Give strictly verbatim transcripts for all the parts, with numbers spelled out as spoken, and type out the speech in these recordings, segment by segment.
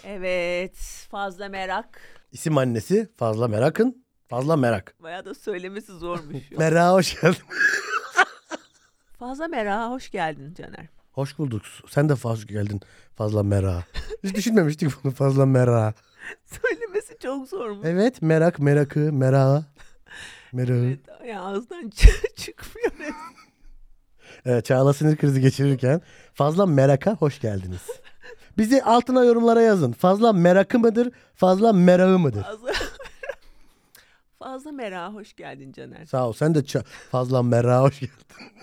Evet, fazla merak. İsim annesi Fazla Merak'ın Fazla Merak. Bayağı da söylemesi zormuş. Merak'a hoş geldin. Fazla merak, hoş geldin Caner. Hoş bulduk. Sen de hoş geldin Fazla Merak'a. Hiç düşünmemiştik bunu Fazla Merak'a. Söylemesi çok zormuş. Evet, merak, merakı, merakı. Merakı. Evet, ya ağızdan ç- çıkmıyor. Evet, Çağla sinir krizi geçirirken Fazla Merak'a hoş geldiniz. Bizi altına yorumlara yazın. Fazla merakı mıdır, fazla merağı mıdır? Fazla, fazla merak, hoş geldin Caner. Sağ ol. Sen de ça- fazla merağa hoş geldin.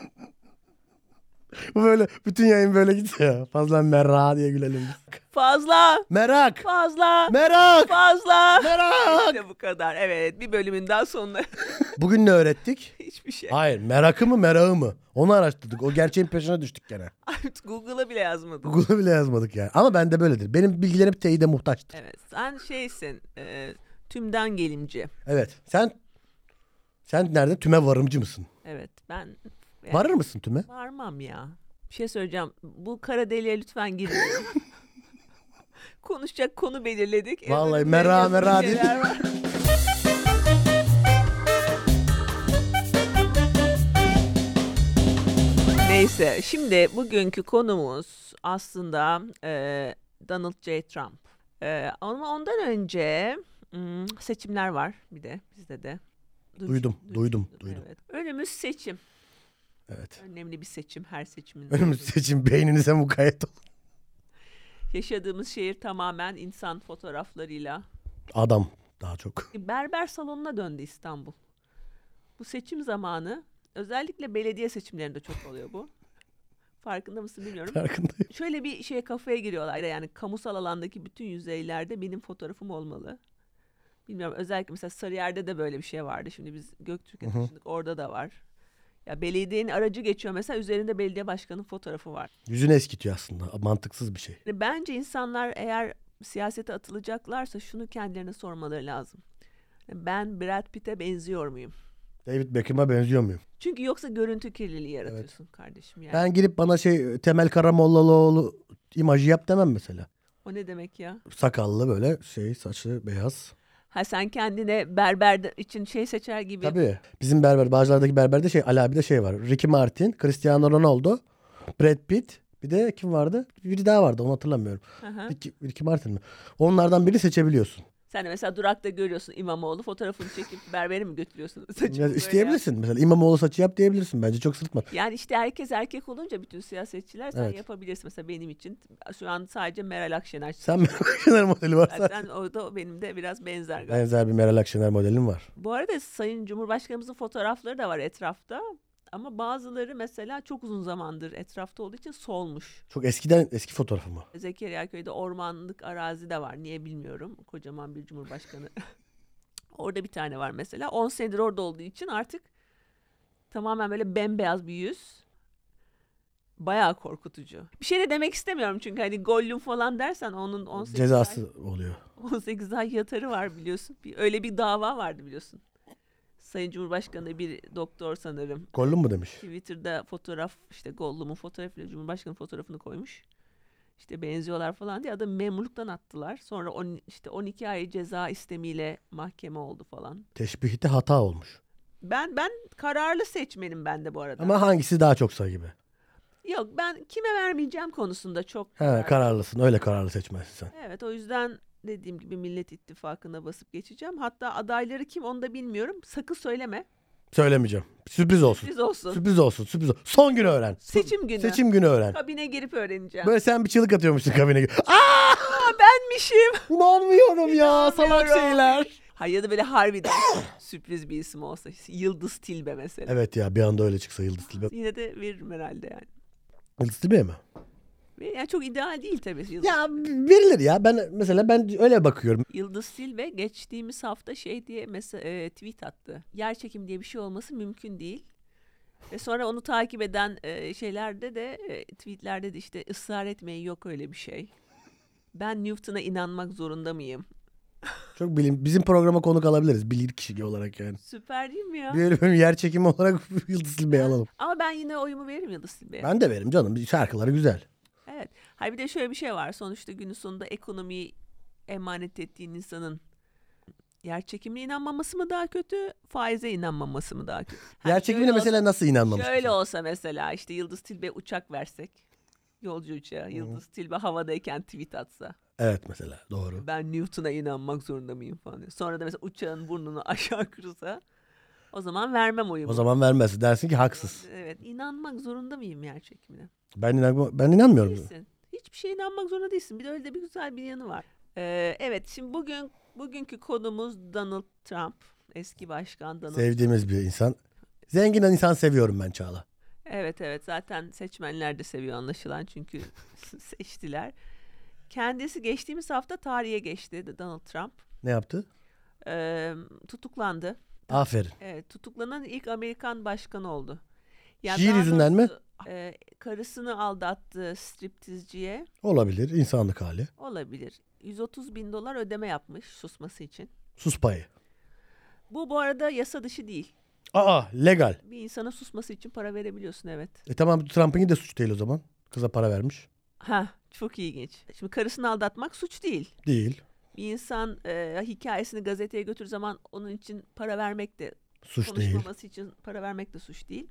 Bu böyle bütün yayın böyle gidiyor ya. Fazla merağa diye gülelim biz. Fazla, Merak. fazla, Merak. fazla. Merak. İşte bu kadar. Evet, bir bölümün daha sonuna Bugün ne öğrettik? hiçbir şey. Hayır, merakı mı merağı mı? Onu araştırdık. O gerçeğin peşine düştük gene. Artık Google'a bile yazmadım. Google'a bile yazmadık yani. Ama bende böyledir. Benim bilgilerim teyide muhtaçtır. Evet, sen şeysin, e, tümden gelimci. Evet. Sen sen nerede? Tüme varımcı mısın? Evet, ben... yani Varır mısın tüme? varmam ya. Bir şey söyleyeceğim. Bu kara deliğe lütfen girmeyin. Konuşacak konu belirledik. Vallahi Öbüründe mera yazılı mera şeyler var. Neyse, şimdi bugünkü konumuz aslında e, Donald J. Trump. E, ama ondan önce hmm, seçimler var bir de bizde de. Duy- Duydum, duy- duydum, duydum. Evet. Önümüz seçim. Evet. Önemli bir seçim her seçimin. Önümüz seçim, beyninize mukayyet olun. Yaşadığımız şehir tamamen insan fotoğraflarıyla. Adam daha çok. Berber salonuna döndü İstanbul. Bu seçim zamanı özellikle belediye seçimlerinde çok oluyor bu. Farkında mısın bilmiyorum. Farkındayım. Şöyle bir şeye kafaya giriyorlar. Yani kamusal alandaki bütün yüzeylerde benim fotoğrafım olmalı. Bilmiyorum, özellikle mesela Sarıyer'de de böyle bir şey vardı. Şimdi biz Göktürk'e Hı hı. taşındık, orada da var. Ya belediyenin aracı geçiyor mesela, üzerinde belediye başkanının fotoğrafı var. Yüzünü eskitiyor aslında. Mantıksız bir şey. Yani bence insanlar eğer siyasete atılacaklarsa şunu kendilerine sormaları lazım. Ben Brad Pitt'e benziyor muyum? David Beckham'a benziyor muyum? Çünkü yoksa görüntü kirliliği yaratıyorsun kardeşim yani. Ben girip bana şey Temel Karamollaoğlu imajı yap demem mesela. O ne demek ya? Sakallı böyle şey, saçı beyaz. Ha, sen kendine berber için şey seçer gibi. Tabii. Bizim berber, Bağcılar'daki berberde şey Ali abi de şey var. Ricky Martin, Cristiano Ronaldo, Brad Pitt. Bir de kim vardı? Biri daha vardı, onu hatırlamıyorum. Aha. Ricky, Ricky Martin mi? Onlardan birini seçebiliyorsun. Sen de mesela durakta görüyorsun İmamoğlu, fotoğrafını çekip berbere mi götürüyorsun? Saçımı Ya böyle isteyebilirsin. Mesela İmamoğlu saçı yap diyebilirsin. Bence çok sırıtma. yap. Yani işte herkes erkek olunca bütün siyasetçiler sen Evet. yapabilirsin. Mesela benim için şu an sadece Meral Akşener. Sen Meral Akşener modeli var zaten. Zaten o da benim de biraz benzer galiba. Benzer bir Meral Akşener modelim var. Bu arada Sayın Cumhurbaşkanımızın fotoğrafları da var etrafta. Ama bazıları mesela çok uzun zamandır etrafta olduğu için solmuş. Çok eskiden, eski fotoğrafı mı? Zekeriya Köy'de ormanlık arazi de var. Niye bilmiyorum. Kocaman bir cumhurbaşkanı. Orada bir tane var mesela. on senedir orada olduğu için artık tamamen böyle bembeyaz bir yüz. Bayağı korkutucu. Bir şey de demek istemiyorum çünkü hani Gollum falan dersen onun on sekiz Cezası ay, oluyor. on sekiz ay yatarı var biliyorsun. Bir, öyle bir dava vardı biliyorsun. Sayın Cumhurbaşkanı bir doktor sanırım. Gollum mu demiş? Twitter'da fotoğraf, işte Gollum'un fotoğrafıyla Cumhurbaşkanı fotoğrafını koymuş. İşte benziyorlar falan diye adamı memurluktan attılar. Sonra on, işte on iki ay ceza istemiyle mahkeme oldu falan. Teşbihte hata olmuş. Ben ben kararlı seçmenim ben de bu arada. Ama hangisi daha çoksa gibi. Yok, ben kime vermeyeceğim konusunda çok He, kararlı. kararlısın. Öyle kararlı seçmezsin sen. Evet, o yüzden dediğim gibi Millet İttifakı'na basıp geçeceğim. Hatta adayları kim onu da bilmiyorum. Sakın söyleme. Söylemeyeceğim. Sürpriz olsun. Sürpriz olsun. Sürpriz olsun. Sürpriz olsun. Son günü öğren. Seçim günü. Seçim günü öğren. Kabine girip öğreneceğim. Böyle sen bir çığlık atıyormuşsun kabine gibi. Aa! Aa, benmişim. İnanmıyorum ya. Salak İnanmıyorum. şeyler. Ha, ya da böyle harbiden sürpriz bir isim olsa. Yıldız Tilbe mesela. Evet ya, bir anda öyle çıksa Yıldız Tilbe. Yine de veririm herhalde yani. Yıldız Tilbe mi? Ve yani çok ideal değil tabii Yıldız. Ya verilir ya. Ben mesela ben öyle bakıyorum. Yıldız Tilbe geçtiğimiz hafta şey diye mesela e, tweet attı. Yer çekimi diye bir şey olması mümkün değil. Ve sonra onu takip eden e, şeylerde de e, tweetlerde de işte ısrar etmeyin, yok öyle bir şey. Ben Newton'a inanmak zorunda mıyım? Çok bilim, bizim programa konuk alabiliriz. Bilir kişi olarak yani. Süper değil mi ya? Bir bölüm yer çekimi olarak Yıldız Tilbe'yi alalım. Ama ben yine oyumu veririm Yıldız Tilbe'ye. Ben de veririm canım. Şarkıları güzel. Evet. Hayır, bir de şöyle bir şey var. Sonuçta günün sonunda ekonomiyi emanet ettiğin insanın yer çekimine inanmaması mı daha kötü, faize inanmaması mı daha kötü? Hani Yer çekimine şöyle mesela olsa- nasıl inanmamış? Şöyle mesela? olsa mesela işte Yıldız Tilbe uçak versek, yolcu uçağı, Yıldız Tilbe havadayken tweet atsa. Evet mesela doğru. Ben Newton'a inanmak zorunda mıyım falan diye. Sonra da mesela uçağın burnunu aşağı kırsa o zaman vermem oyumu. O zaman vermezsin. Dersin ki haksız. Evet, inanmak zorunda mıyım yer çekimine? Ben inan ben inanmıyorum. Değilsin. Hiçbir şeye inanmak zorunda değilsin. Bir de öyle de bir güzel bir yanı var. Ee, evet, şimdi bugün bugünkü konumuz Donald Trump. Eski başkan Donald Trump. Sevdiğimiz bir insan. Zengin insan seviyorum ben Çağla. Evet evet, zaten seçmenler de seviyor anlaşılan çünkü seçtiler. Kendisi geçtiğimiz hafta tarihe geçti Donald Trump. Ne yaptı? Ee, tutuklandı. Aferin. Evet, tutuklanan ilk Amerikan başkanı oldu. Ya Şiir daha yüzünden mi? doğrusu, e, karısını aldattığı striptizciye Olabilir. İnsanlık hali. olabilir. yüz otuz bin dolar ödeme yapmış susması için. Sus payı. Bu bu arada yasa dışı değil. Aa legal. Bir insana susması için para verebiliyorsun, evet. E tamam Trump'ın de suç değil o zaman. Kıza para vermiş. Ha, çok ilginç. Şimdi karısını aldatmak suç değil. Değil. Bir insan e, hikayesini gazeteye götür zaman onun için para vermek de, Suç değil. konuşmaması için para vermek de suç değil.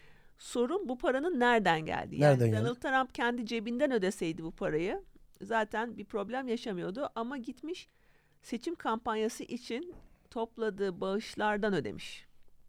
Sorun bu paranın nereden geldiği. Nereden Yani geldi? Donald Trump kendi cebinden ödeseydi bu parayı zaten bir problem yaşamıyordu ama gitmiş seçim kampanyası için topladığı bağışlardan ödemiş.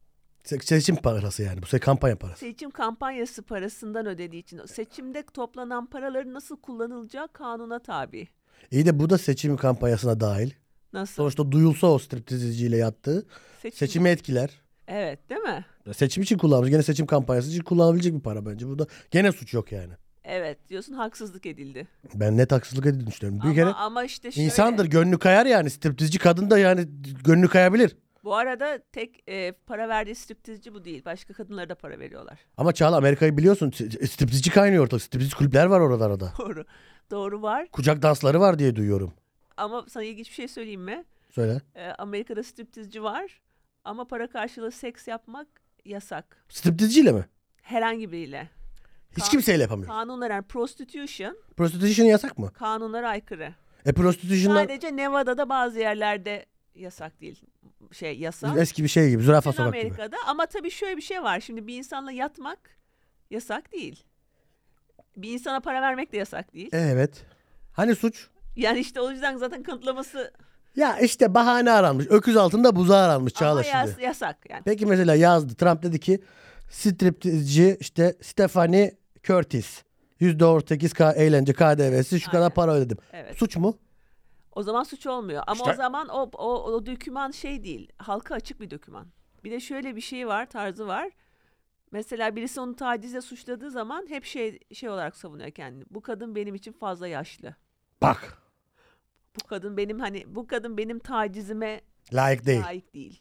Se- Seçim parası yani. Bu se- kampanya parası. Seçim kampanyası parasından ödediği için seçimde toplanan paraların nasıl kullanılacağı kanuna tabi. İyi de bu da seçim kampanyasına dahil. Nasıl? Sonuçta duyulsa o striptizciyle yattığı Seçim. seçimi etkiler. Evet. Evet, değil mi? Seçim için kullanmış. Gene seçim kampanyası için kullanabilecek bir para bence. Burada gene suç yok yani. Evet diyorsun, haksızlık edildi. Ben net haksızlık edildiğini düşünüyorum. Bir ama, kere ama işte şöyle. insandır, gönlü kayar yani. Striptizci kadın da yani gönlü kayabilir. Bu arada tek e, para verdiği striptizci bu değil. Başka kadınlara da para veriyorlar. Ama Çağla Amerika'yı biliyorsun. Striptizci kaynıyor ortalık. Striptiz kulüpler var orada arada. Doğru. Doğru var. Kucak dansları var diye duyuyorum. Ama sana ilginç bir şey söyleyeyim mi? Söyle. E, Amerika'da striptizci var. Ama para karşılığı seks yapmak yasak. Striptizciyle mi? Herhangi biriyle. Hiç Kan- kimseyle yapamıyor. Kanunlar, yani prostitution Prostitution yasak mı? kanunlara aykırı. E prostitution'dan Sadece Nevada'da bazı yerlerde yasak değil. Şey yasak. eski bir şey gibi. Zürafa Bütün sokak gibi. Amerika'da ama tabii şöyle bir şey var. Şimdi bir insanla yatmak yasak değil. Bir insana para vermek de yasak değil. Evet. Hani suç? Yani işte o yüzden zaten kanıtlaması Ya işte bahane aranmış. Öküz altında buzağı aranmış Çağla ama şimdi. yas- yasak yani. Peki mesela yazdı. Trump dedi ki striptizci işte Stephanie Curtis. yüzde on sekiz K eğlence K D V'si şu kadar Aynen. para ödedim. Evet. Suç mu? O zaman suç olmuyor. Ama İşte- o zaman o, o, o doküman şey değil. Halka açık bir doküman. Bir de şöyle bir şey var, tarzı var. Mesela birisi onu tacizle suçladığı zaman hep şey şey olarak savunuyor kendini. Bu kadın benim için fazla yaşlı. Bak. Bu kadın benim hani bu kadın benim tacizime Layık değil. layık değil.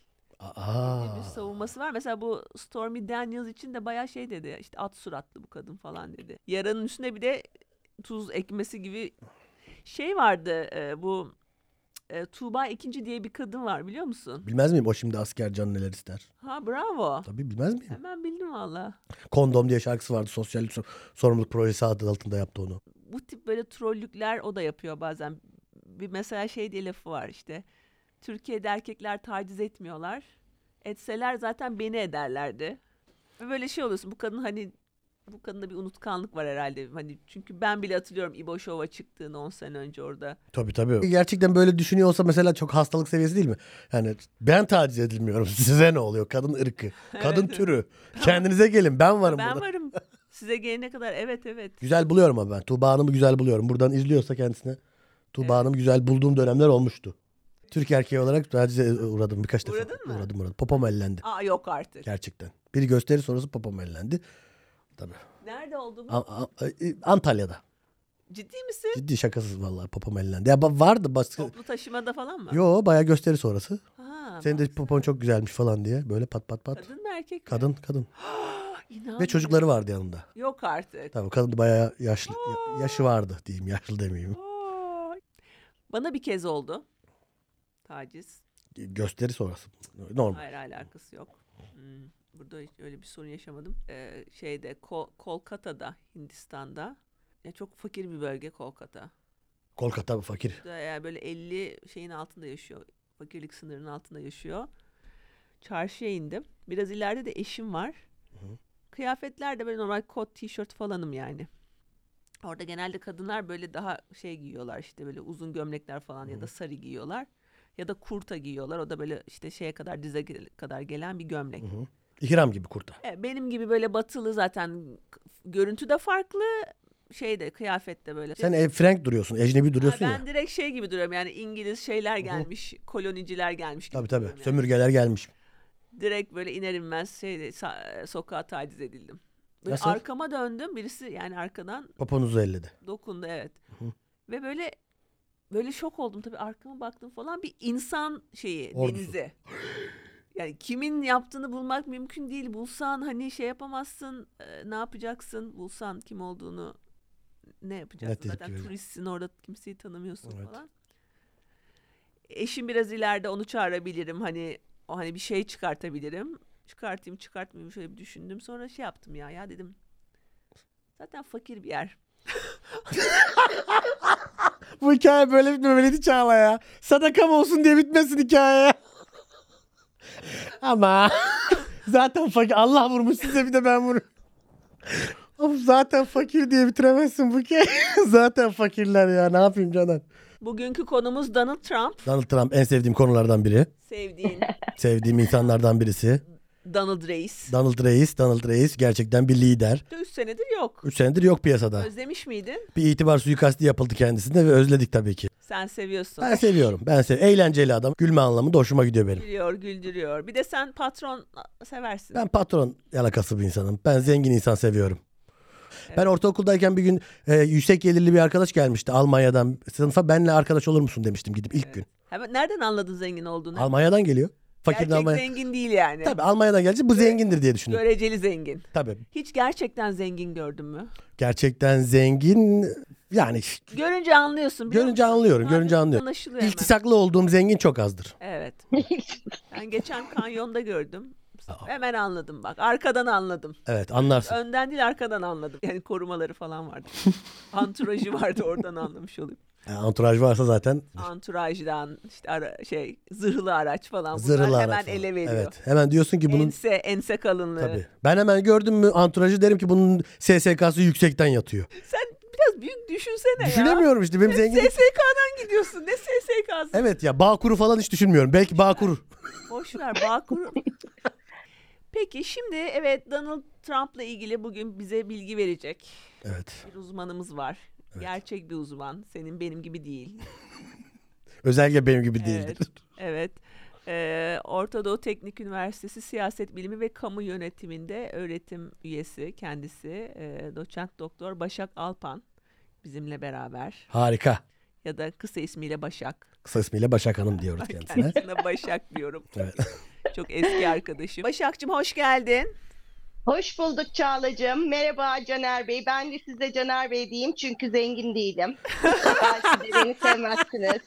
Aa. Bir savunması var. Mesela bu Stormy Daniels için de bayağı şey dedi. İşte at suratlı bu kadın falan dedi. Yaranın üstüne bir de tuz ekmesi gibi şey vardı. E, bu e, Tuğba ikinci diye bir kadın var, biliyor musun? Bilmez miyim o şimdi asker can neler ister? Ha, bravo. Tabii bilmez miyim? Hemen bildim valla. Kondom diye şarkısı vardı. Sosyal sor- sorumluluk projesi adı altında yaptı onu. Bu tip böyle trollükler o da yapıyor bazen. Bir mesela şey diye lafı var işte. Türkiye'de erkekler taciz etmiyorlar. Etseler zaten beni ederlerdi. Ve böyle şey oluyorsun. Bu kadın hani bu kadında bir unutkanlık var herhalde. Hani çünkü ben bile hatırlıyorum İbo Show'a çıktığını on sene önce orada. Tabii tabii. Gerçekten böyle düşünüyor olsa mesela çok hastalık seviyesi değil mi? Yani ben taciz edilmiyorum. Size ne oluyor? Kadın ırkı. Kadın Evet. türü. Kendinize gelin. Ben varım Ben burada. varım. Size gelene kadar evet evet. Güzel buluyorum ama ben. Tuğba Hanım'ı güzel buluyorum. Buradan izliyorsa kendisine. Tuğba Evet. Hanım'ı güzel bulduğum dönemler olmuştu. Türk erkeği olarak tacize uğradım birkaç defa. Uğradın mı? Uğradım uğradım. Popom ellendi. Aa, yok artık. Gerçekten. Bir gösteri sonrası popom ellendi. Tabii. Nerede oldu bu? A- A- Antalya'da. Ciddi misin? Ciddi şakasız vallahi popom ellendi. Ya ba- vardı başka. Toplu taşımada falan mı? Yo bayağı gösteri sonrası. Ha, Senin de baksana. popon çok güzelmiş falan diye. Böyle pat pat pat. Kadın mı erkek mi? Kadın kadın. İnanmıyorum. Ve çocukları vardı yanında. Yok artık. Tabii kadın da bayağı yaşlı. ya- yaşı vardı diyeyim. Yaşlı demeyeyim. Ay. Bana bir kez oldu. Taciz. Gösteri sonrası. Normal. Hayır, alakası yok. Hmm, Burada hiç öyle bir sorun yaşamadım. Ee, şeyde Ko- Kolkata'da, Hindistan'da. Ya çok fakir bir bölge Kolkata. Kolkata fakir. Yani böyle elli şeyin altında yaşıyor. Fakirlik sınırının altında yaşıyor. Çarşıya indim. Biraz ileride de eşim var. Hı. Kıyafetler de böyle normal kot, tişört falanım yani. Orada genelde kadınlar böyle daha şey giyiyorlar, işte böyle uzun gömlekler falan, ya da sarı giyiyorlar. Ya da kurta giyiyorlar. O da böyle işte şeye kadar, dize kadar gelen bir gömlek. Hı hı. İhram gibi kurta. E, benim gibi böyle batılı zaten, görüntü de farklı, şeyde, kıyafette böyle. Sen ev Frank duruyorsun, ecnebi duruyorsun Ha, ya. ben direkt şey gibi duruyorum yani, İngiliz şeyler gelmiş, koloniciler gelmiş gibi Tabii tabii. duruyorum yani. Sömürgeler gelmiş. Direkt böyle iner inmez şeyde, sa- sokağa taciz edildim. Böyle Nasıl? arkama döndüm, birisi yani arkadan Poponuzu elledi. dokundu, evet. Hı. Ve böyle böyle şok oldum tabii, arkama baktım falan, bir insan şeyi, Ordusu. denize. Yani kimin yaptığını bulmak mümkün değil. Bulsan hani şey yapamazsın, e, ne yapacaksın? Bulsan kim olduğunu ne yapacaksın? Ne tepki Zaten vereceksin? turistsin, orada kimseyi tanımıyorsun Evet. falan. Eşim biraz ileride, onu çağırabilirim. Hani o hani bir şey çıkartabilirim. Çıkartayım çıkartmayayım şöyle bir düşündüm. Sonra şey yaptım ya ya dedim. Zaten fakir bir yer. Bu hikaye böyle bitmemeliydi Çağla ya. Sadakam olsun diye bitmesin hikaye. Ama zaten fakir. Allah vurmuş size, bir de ben vururum. Of, zaten fakir diye bitiremezsin bu hikayeyi. Zaten fakirler ya, ne yapayım canım. Bugünkü konumuz Donald Trump. Donald Trump en sevdiğim konulardan biri. Sevdiğin Sevdiğim insanlardan birisi. Donald Reis. Donald Reis, Donald Reis gerçekten bir lider. Üç senedir yok. üç senedir yok piyasada. Özlemiş miydin? Bir itibar suikasti yapıldı kendisine ve özledik tabii ki. Sen seviyorsun. Ben seviyorum. Ben sev Eğlenceli adam. Gülme anlamında hoşuma gidiyor benim. Gülüyor, güldürüyor. Bir de sen patron seversin. Ben patron yalakası bir insanım. Ben zengin insan seviyorum. Ben ortaokuldayken bir gün e, yüksek gelirli bir arkadaş gelmişti Almanya'dan sınıfa. Benle arkadaş olur musun demiştim gidip ilk gün. Hemen nereden anladın zengin olduğunu? Almanya'dan geliyor. Fakirin Gerçek Almanya. zengin değil yani. Tabii Almanya'dan gelecek, bu zengindir diye düşündüm. Göreceli zengin. Tabii. Hiç gerçekten zengin gördün mü? Gerçekten zengin yani Görünce anlıyorsun. biliyor görünce musun? anlıyorum, Harbiden görünce anlıyorum. Anlaşılıyor hemen. İltisaklı olduğum zengin çok azdır. Evet. Ben geçen kanyonda gördüm. Hemen anladım bak. Arkadan anladım. Evet, anlarsın. Önden değil, arkadan anladım. Yani korumaları falan vardı. Anturajı vardı, oradan anlamış olayım. Yani anturaj varsa zaten Anturajdan işte ara, şey zırhlı araç falan. Bunlar zırhlı hemen araç falan. ele veriyor. Evet. Hemen diyorsun ki bunun Ense, ense kalınlığı. tabii. Ben hemen gördüm mü anturajı derim ki bunun S S K'sı yüksekten yatıyor. Sen biraz büyük düşünsene ya. Düşünemiyorum işte benim zengin. S S K'dan gidiyorsun. Ne S S K'sı? Evet ya, Bağkur'u falan hiç düşünmüyorum. Belki Bağkur. Boş ver, Bağkur. Peki şimdi evet, Donald Trump'la ilgili bugün bize bilgi verecek Evet. bir uzmanımız var. Evet. Gerçek bir uzman. Senin benim gibi değil. Özellikle benim gibi değildir. Evet. Evet. Ee, Orta Doğu Teknik Üniversitesi Siyaset Bilimi ve Kamu Yönetiminde öğretim üyesi kendisi. Ee, doçent doktor Başak Alpan bizimle beraber. Harika. Ya da kısa ismiyle Başak. Kısa ismiyle Başak Hanım diyoruz kendisine. Kendisine Başak diyorum. Evet. Çok eski arkadaşım. Başakcığım hoş geldin. Hoş bulduk Çağla'cığım. Merhaba Caner Bey. Ben de size Caner Bey diyeyim çünkü zengin değilim. Belki de beni sevmezsiniz.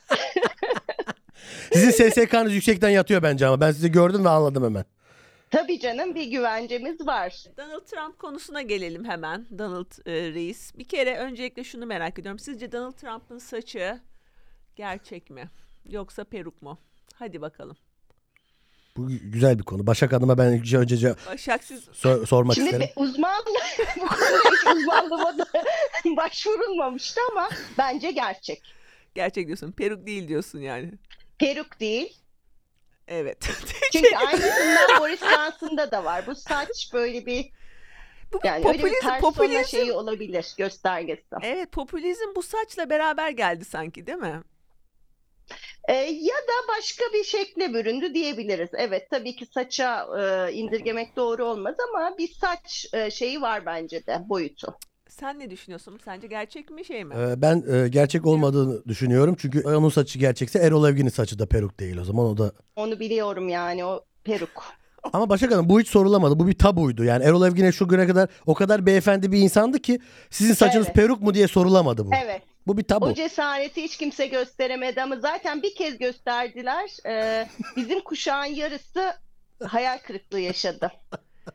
Sizin S S K'nız yüksekten yatıyor bence ama ben sizi gördüm ve anladım hemen. Tabii canım, bir güvencemiz var. Donald Trump konusuna gelelim hemen. Donald e, Reis. Bir kere öncelikle şunu merak ediyorum. Sizce Donald Trump'ın saçı gerçek mi? Yoksa peruk mu? Hadi bakalım. Bu güzel bir konu. Başak Hanım'a ben ilk önce ce- Başak siz so- sormak Şimdi isterim. bir uzman bu konuda hiç uzmanlığıma da başvurulmamıştı ama bence gerçek. gerçek diyorsun. Peruk değil diyorsun yani. Peruk değil. Evet. Çünkü aynısından Boris Johnson'da da var. Bu saç böyle bir Bu yani öyle bir popülizm, persona popülizm. şeyi olabilir, göstergesi. Evet, popülizm bu saçla beraber geldi sanki, değil mi? Ee, ya da başka bir şekle büründü diyebiliriz. Evet, tabii ki saça e, indirgemek doğru olmaz ama bir saç e, şeyi var bence de, boyutu. Sen ne düşünüyorsun? Sence gerçek mi, şey mi? Ee, ben e, gerçek olmadığını düşünüyorum. Çünkü onun saçı gerçekse Erol Evgin'in saçı da peruk değil o zaman, o da. Onu biliyorum yani, o peruk. Ama Başak Hanım bu hiç sorulamadı. Bu bir tabuydu. Yani Erol Evgin'e şu güne kadar o kadar beyefendi bir insandı ki sizin saçınız Evet. peruk mu diye sorulamadı bu. Evet, Bu bir tabu. o cesareti hiç kimse gösteremedi ama zaten bir kez gösterdiler. Ee, bizim kuşağın yarısı hayal kırıklığı yaşadı.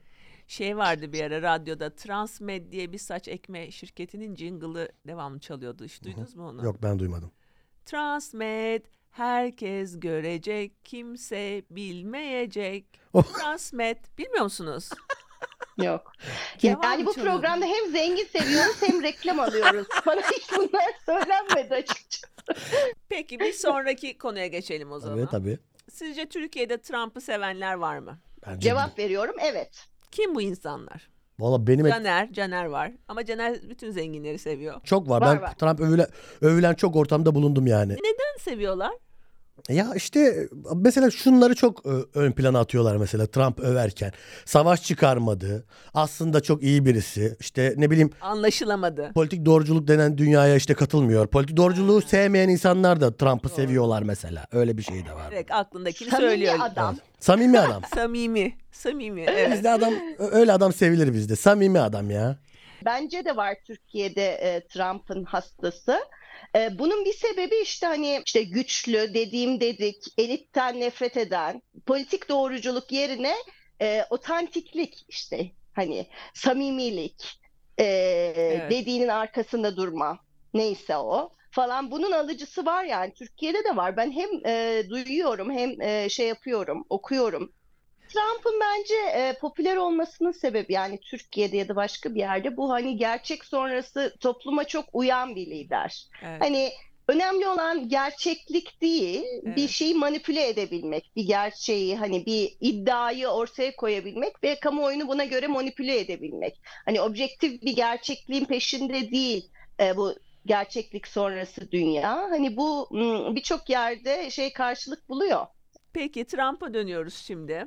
Şey vardı bir ara radyoda, Transmed diye bir saç ekme şirketinin jingle'ı devamlı çalıyordu. Hiç duydunuz mu onu? Yok, ben duymadım. Transmed herkes görecek, kimse bilmeyecek. Oh. Transmed bilmiyor musunuz? Yok. Devamlı Yani bu çalıyordu. programda hem zengin seviyoruz hem reklam alıyoruz. Bana hiç bunlar söylenmedi açıkçası. Peki bir sonraki konuya geçelim o zaman. Evet tabii. Sizce Türkiye'de Trump'ı sevenler var mı? Bence Cevap veriyorum, evet. Kim bu insanlar? Valla benim et- Caner, Caner var. Ama Caner bütün zenginleri seviyor. çok var. Var, ben var. Trump övülen, övülen çok ortamda bulundum yani. Neden seviyorlar? Ya işte mesela şunları çok ö, ön plana atıyorlar mesela Trump överken. Savaş çıkarmadı. Aslında çok iyi birisi. İşte ne bileyim, Anlaşılamadı. politik doğruculuk denen dünyaya işte katılmıyor. Politik doğruculuğu sevmeyen insanlar da Trump'ı seviyorlar mesela. Öyle bir şey de var. Direkt aklındakini Samimi söylüyor. adam. Samimi adam. Samimi. Samimi. Evet. Bizde adam, öyle adam sevilir bizde. Samimi adam ya. Bence de var Türkiye'de e, Trump'ın hastası. E, bunun bir sebebi işte hani işte güçlü, dediğim dedik, elitten nefret eden, politik doğruculuk yerine e, otantiklik, işte hani samimilik, e, Evet. dediğinin arkasında durma, neyse o falan, bunun alıcısı var yani Türkiye'de de var. Ben hem e, duyuyorum hem e, şey yapıyorum, okuyorum. Trump'ın bence e, popüler olmasının sebebi, yani Türkiye'de ya da başka bir yerde, bu hani gerçek sonrası topluma çok uyan bir lider. Evet. Hani önemli olan gerçeklik değil, Evet. bir şeyi manipüle edebilmek, bir gerçeği, hani bir iddiayı ortaya koyabilmek ve kamuoyunu buna göre manipüle edebilmek. Hani objektif bir gerçekliğin peşinde değil e, bu gerçeklik sonrası dünya. Hani bu m, birçok yerde şey karşılık buluyor. Peki Trump'a dönüyoruz şimdi.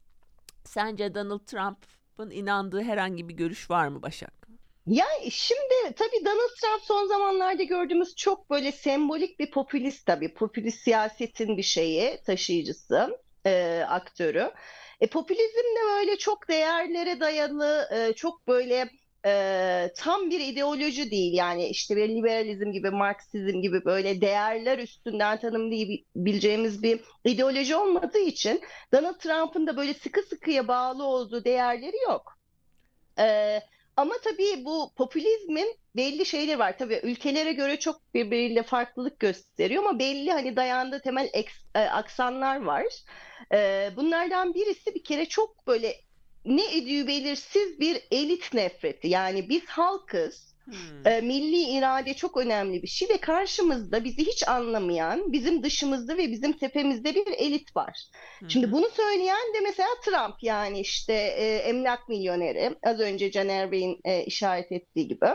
Sence Donald Trump'ın inandığı herhangi bir görüş var mı Başak? Yani şimdi tabii Donald Trump son zamanlarda gördüğümüz çok böyle sembolik bir popülist, tabii popülist siyasetin bir şeyi, taşıyıcısı, e, aktörü. E, popülizm de böyle çok değerlere dayalı, e, çok böyle e, tam bir ideoloji değil. Yani işte bir liberalizm gibi, Marksizm gibi böyle değerler üstünden tanımlayabileceğimiz bir ideoloji olmadığı için Donald Trump'ın da böyle sıkı sıkıya bağlı olduğu değerleri yok. Evet. Ama tabii bu popülizmin belli şeyleri var. Tabii ülkelere göre çok birbiriyle farklılık gösteriyor ama belli hani dayandığı temel eks- e, aksanlar var. E, bunlardan birisi bir kere çok böyle ne ediği belirsiz bir elit nefreti. Yani biz halkız. Hmm. E, milli irade çok önemli bir şey ve karşımızda bizi hiç anlamayan, bizim dışımızda ve bizim tepemizde bir elit var. Hı Şimdi hı. bunu söyleyen de mesela Trump, yani işte e, emlak milyoneri, az önce Caner Bey'in e, işaret ettiği gibi.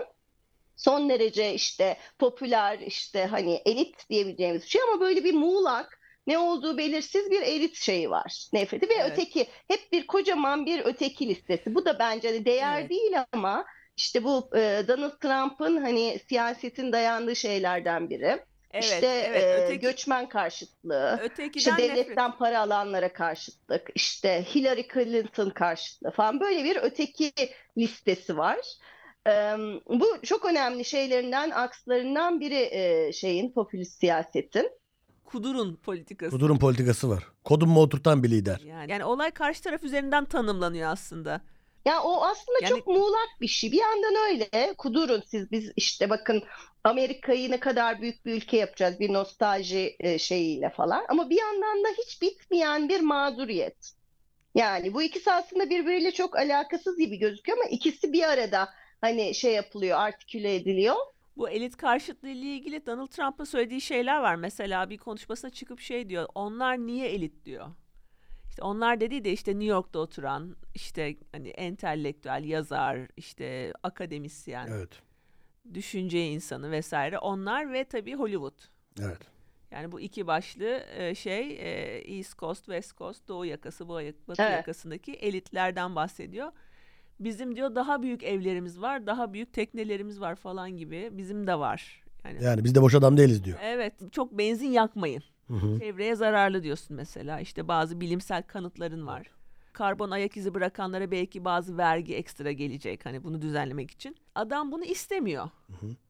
Son derece işte popüler, işte hani elit diyebileceğimiz bir şey ama böyle bir muğlak, ne olduğu belirsiz bir elit şeyi var, nefreti ve Evet. öteki, hep bir kocaman bir öteki listesi. Bu da bence hani değer Evet. değil ama işte bu e, Donald Trump'ın hani siyasetin dayandığı şeylerden biri. Evet, İşte evet. e, Öteki, göçmen karşıtlığı, işte ötekiden nefret. devletten para alanlara karşıtlık, işte Hillary Clinton karşıtlığı falan, böyle bir öteki listesi var. Ee, bu çok önemli şeylerinden, akslarından biri e, şeyin, popülist siyasetin. Kudurun politikası. Kudur'un politikası var. Kodummu oturtan bir lider. Yani, yani olay karşı taraf üzerinden tanımlanıyor aslında. Ya o aslında Yani çok muğlak bir şey. Bir yandan öyle, kudurun siz, biz işte bakın Amerika'yı ne kadar büyük bir ülke yapacağız bir nostalji e, şeyiyle falan. Ama bir yandan da hiç bitmeyen bir mağduriyet. Yani bu ikisi aslında birbiriyle çok alakasız gibi gözüküyor ama ikisi bir arada hani şey yapılıyor, artiküle ediliyor. bu elit karşıtlığı ile ilgili Donald Trump'ın söylediği şeyler var. Mesela bir konuşmasına çıkıp şey diyor. Onlar niye elit diyor. İşte onlar dediği de işte New York'ta oturan, işte hani entelektüel, yazar, işte akademisyen, Evet. düşünce insanı vesaire. Onlar ve tabii Hollywood. Evet. Yani bu iki başlı e, şey e, East Coast, West Coast, Doğu yakası, Batı Evet. yakasındaki elitlerden bahsediyor. Bizim diyor daha büyük evlerimiz var, daha büyük teknelerimiz var falan gibi. Bizim de var. Yani, Yani biz de boş adam değiliz diyor. evet, çok benzin yakmayın. Hı hı. Çevreye zararlı diyorsun mesela. İşte bazı bilimsel kanıtların var. Karbon ayak izi bırakanlara belki bazı vergi ekstra gelecek. Hani bunu düzenlemek için. Adam bunu istemiyor. Hı hı.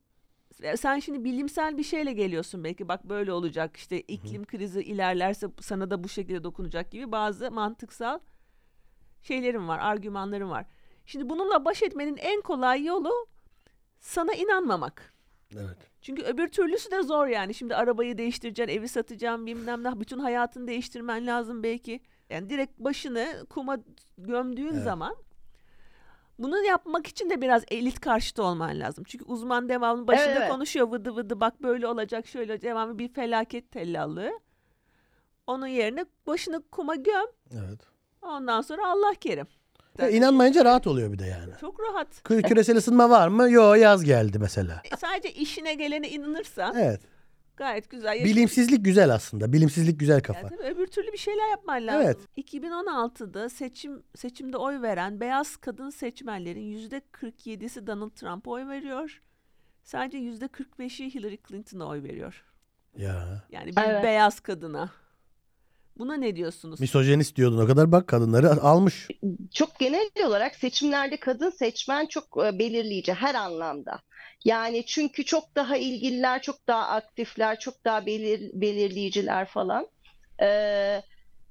Sen şimdi bilimsel bir şeyle geliyorsun, belki bak böyle olacak, işte iklim krizi ilerlerse sana da bu şekilde dokunacak gibi bazı mantıksal şeylerim var, argümanlarım var. Şimdi bununla baş etmenin en kolay yolu sana inanmamak. Evet. Çünkü öbür türlüsü de zor yani. Şimdi arabayı değiştireceksin, evi satacaksın, bilmem ne. Bütün hayatını değiştirmen lazım belki. Yani direkt başını kuma gömdüğün Evet. zaman bunu yapmak için de biraz elit karşıtı olman lazım. Çünkü uzman devamlı başında Evet, evet. konuşuyor vıdı vıdı bak böyle olacak şöyle olacak. Devamlı bir felaket tellallığı. Onun yerine başını kuma göm. Evet. Ondan sonra Allah kerim. Ve inanmayınca rahat oluyor bir de yani. Çok rahat. Kü- Küresel ısınma var mı? Yo, yaz geldi mesela. E, Sadece işine gelene inanırsan Evet. gayet güzel yaşarsın. Bilimsizlik güzel aslında. Bilimsizlik güzel kafa. Ya tabii öbür türlü bir şeyler yapman lazım. Evet. iki bin on altıda seçim seçimde oy veren beyaz kadın seçmenlerin yüzde kırk yedisi Donald Trump'a oy veriyor. Sadece yüzde kırk beşi Hillary Clinton'a oy veriyor. Ya. Yani bir Evet. beyaz kadına. Buna ne diyorsunuz? Misojenist diyordun o kadar, bak kadınları almış. Çok genel olarak seçimlerde kadın seçmen çok e, belirleyici her anlamda. Yani çünkü çok daha ilgililer, çok daha aktifler, çok daha belir, belirleyiciler falan. Ee,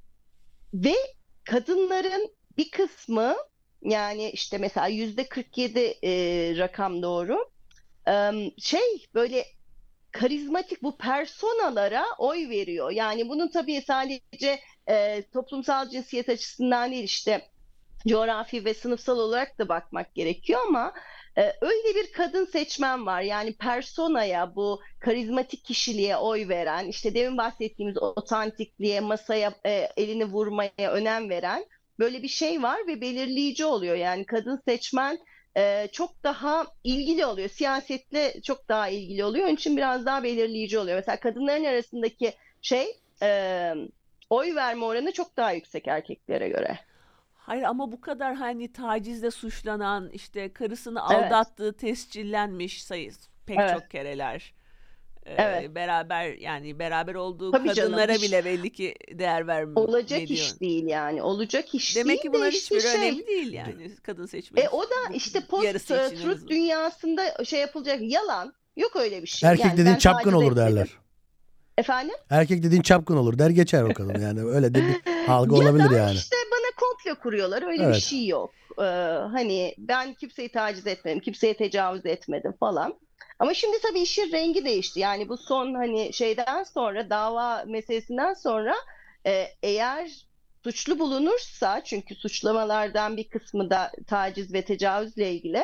ve kadınların bir kısmı, yani işte mesela yüzde kırk yedi e, rakam doğru. Ee, şey böyle karizmatik bu personalara oy veriyor. Yani bunun tabii sadece e, toplumsal cinsiyet açısından değil, işte coğrafi ve sınıfsal olarak da bakmak gerekiyor ama e, öyle bir kadın seçmen var. Yani personaya, bu karizmatik kişiliğe oy veren, işte demin bahsettiğimiz otantikliğe, masaya e, elini vurmaya önem veren böyle bir şey var ve belirleyici oluyor. Yani kadın seçmen e, çok daha ilgili oluyor. Siyasetle çok daha ilgili oluyor. Onun için biraz daha belirleyici oluyor. Mesela kadınların arasındaki şey e, oy verme oranı çok daha yüksek erkeklere göre. Hayır ama bu kadar hani tacizle suçlanan, işte karısını Evet, aldattığı tescillenmiş sayısı pek evet, çok kereler. Ee, evet. beraber yani beraber olduğu Tabii canım, kadınlara iş bile belli ki değer olacak veriyor. iş değil yani. Olacak iş Demek ki değil de bunların işte hiçbiri şey. önemli değil D- yani kadın seçmen E o için. da Bu işte yarısı için en post-truth azından. dünyasında şey yapılacak yalan. Yok öyle bir şey. Erkek Yani dediğin ben çapkın taciz olur etmedim. derler. Efendim? Erkek dediğin çapkın olur der geçer o kadın. Yani öyle de bir algı Ya olabilir da yani. işte bana komplo kuruyorlar. Öyle bir Evet. şey yok. Ee, hani ben kimseyi taciz etmedim, kimseye tecavüz etmedim falan. Ama şimdi tabii işin rengi değişti. Yani bu son hani şeyden sonra, dava meselesinden sonra e, eğer suçlu bulunursa, çünkü suçlamalardan bir kısmı da taciz ve tecavüzle ilgili.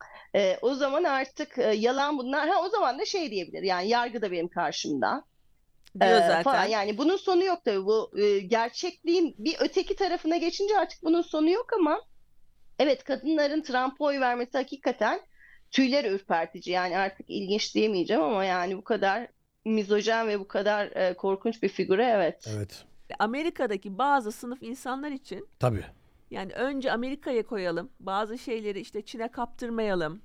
E, o zaman artık e, yalan bunlar. Ha, o zaman da şey diyebilir. Yani yargı da benim karşımda Diyor e, falan. zaten. Yani bunun sonu yok tabii. Bu e, gerçekliğin bir öteki tarafına geçince artık bunun sonu yok ama evet, kadınların Trump'a oy vermesi hakikaten tüyler ürpertici. Yani artık ilginç diyemeyeceğim ama yani bu kadar mizojen ve bu kadar e, korkunç bir figüre, evet. Evet. Amerika'daki bazı sınıf insanlar için Tabii. yani önce Amerika'ya koyalım. Bazı şeyleri işte Çin'e kaptırmayalım.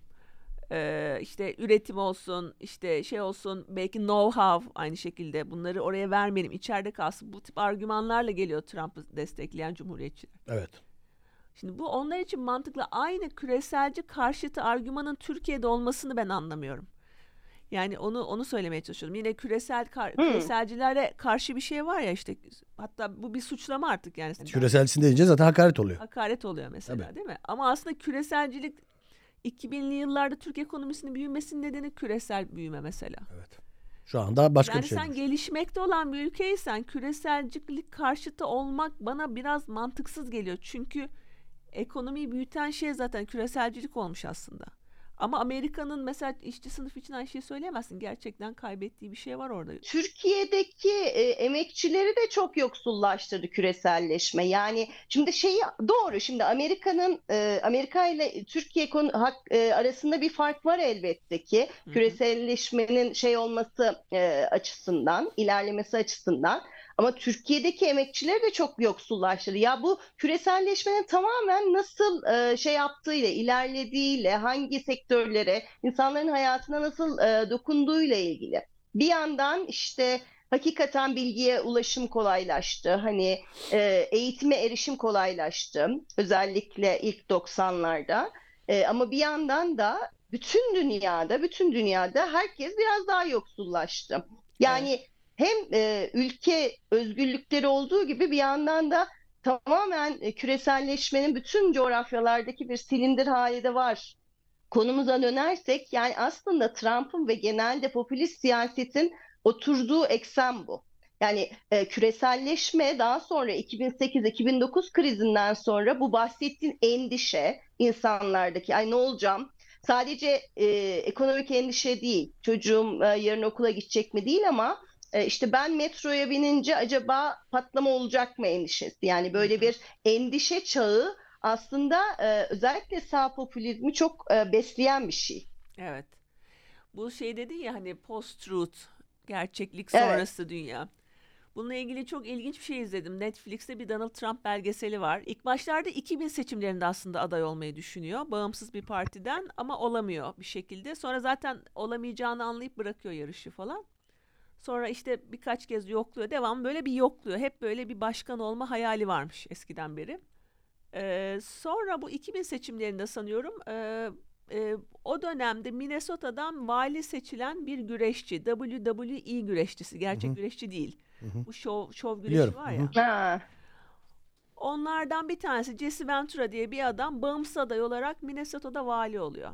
Ee, işte üretim olsun, işte şey olsun, belki know-how aynı şekilde bunları oraya vermeyelim, içeride kalsın. Bu tip argümanlarla geliyor Trump'ı destekleyen cumhuriyetçiler. Evet. Şimdi bu onlar için mantıklı. Aynı küreselci karşıtı argümanın Türkiye'de olmasını ben anlamıyorum. Yani onu onu söylemeye çalışıyorum. Yine küresel kar, Hmm. küreselcilere karşı bir şey var ya işte, hatta bu bir suçlama artık yani. Küreselsin deyince zaten hakaret oluyor. Hakaret oluyor mesela, Tabii. değil mi? Ama aslında küreselcilik iki binli yıllarda Türk ekonomisinin büyümesinin nedeni küresel büyüme mesela. Evet. Şu anda başka Yani bir şey. sen gelişmekte olan bir ülkeysen küreselcilik karşıtı olmak bana biraz mantıksız geliyor. Çünkü ekonomiyi büyüten şey zaten küreselcilik olmuş aslında. Ama Amerika'nın mesela işçi sınıf için aynı şeyi söyleyemezsin. Gerçekten kaybettiği bir şey var orada. Türkiye'deki e, emekçileri de çok yoksullaştırdı küreselleşme. Yani şimdi şeyi doğru. Şimdi Amerika'nın e, Amerika ile Türkiye konu, hak, e, arasında bir fark var elbette ki. Hı hı. Küreselleşmenin şey olması e, açısından, ilerlemesi açısından. Ama Türkiye'deki emekçileri de çok yoksullaştırdı. Ya bu küreselleşmenin tamamen nasıl e, şey yaptığıyla, ilerlediğiyle, hangi sektörlere, insanların hayatına nasıl e, dokunduğuyla ilgili. Bir yandan işte hakikaten bilgiye ulaşım kolaylaştı. Hani e, eğitime erişim kolaylaştı. Özellikle ilk doksanlarda. E, ama bir yandan da bütün dünyada, bütün dünyada herkes biraz daha yoksullaştı. Evet. Yani hem e, ülke özgürlükleri olduğu gibi bir yandan da tamamen e, küreselleşmenin bütün coğrafyalardaki bir silindir hali de var. Konumuza dönersek yani aslında Trump'ın ve genelde popülist siyasetin oturduğu eksen bu. Yani e, küreselleşme daha sonra iki bin sekiz iki bin dokuz krizinden sonra bu bahsettiğin endişe insanlardaki ay ne olacağım? Sadece e, ekonomik endişe değil, çocuğum e, yarın okula gidecek mi değil ama e, işte ben metroya binince acaba patlama olacak mı endişesi. Yani böyle bir endişe çağı aslında e, özellikle sağ popülizmi çok e, besleyen bir şey. Evet. Bu şey dedi ya hani post-truth, gerçeklik Evet. sonrası dünya. Bununla ilgili çok ilginç bir şey izledim. Netflix'te bir Donald Trump belgeseli var. İlk başlarda iki bin seçimlerinde aslında aday olmayı düşünüyor. Bağımsız bir partiden ama olamıyor bir şekilde. Sonra zaten olamayacağını anlayıp bırakıyor yarışı falan. Sonra işte birkaç kez yokluyor. Devam böyle bir yokluyor. Hep böyle bir başkan olma hayali varmış eskiden beri. Ee, sonra bu iki bin seçimlerinde sanıyorum e, e, o dönemde Minnesota'dan vali seçilen bir güreşçi. W W E güreşçisi. Gerçek Hı hı. güreşçi değil. Hı hı. Bu şov, şov güreşi Biliyorum. var Hı ya. hı. Ha, Onlardan bir tanesi Jesse Ventura diye bir adam bağımsız aday olarak Minnesota'da vali oluyor.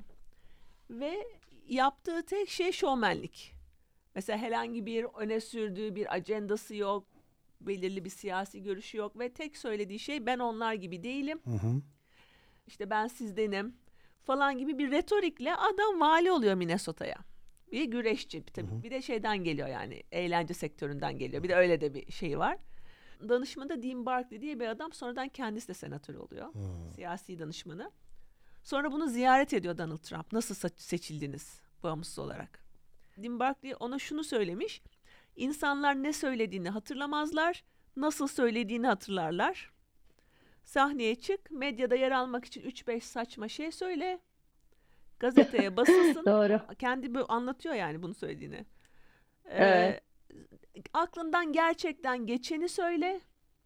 Ve yaptığı tek şey şovmenlik. Mesela herhangi bir öne sürdüğü bir ajandası yok. Belirli bir siyasi görüşü yok. Ve tek söylediği şey ben onlar gibi değilim. Hı hı. İşte ben sizdenim falan gibi bir retorikle adam vali oluyor Minnesota'ya. Bir güreşçi tabii. Hı hı. Bir de şeyden geliyor yani eğlence sektöründen geliyor. Bir de öyle de bir şey var. Danışmanı Dean Barkley diye bir adam sonradan kendisi de senatör oluyor. Hı. Siyasi danışmanı. Sonra bunu ziyaret ediyor Donald Trump. Nasıl sa- seçildiniz bağımsız olarak? Dean Barkley ona şunu söylemiş. İnsanlar ne söylediğini hatırlamazlar, nasıl söylediğini hatırlarlar. Sahneye çık, medyada yer almak için üç beş saçma şey söyle. Gazeteye basılsın. doğru. Kendi bu anlatıyor yani bunu söylediğini. Ee, Evet. Aklından gerçekten geçeni söyle.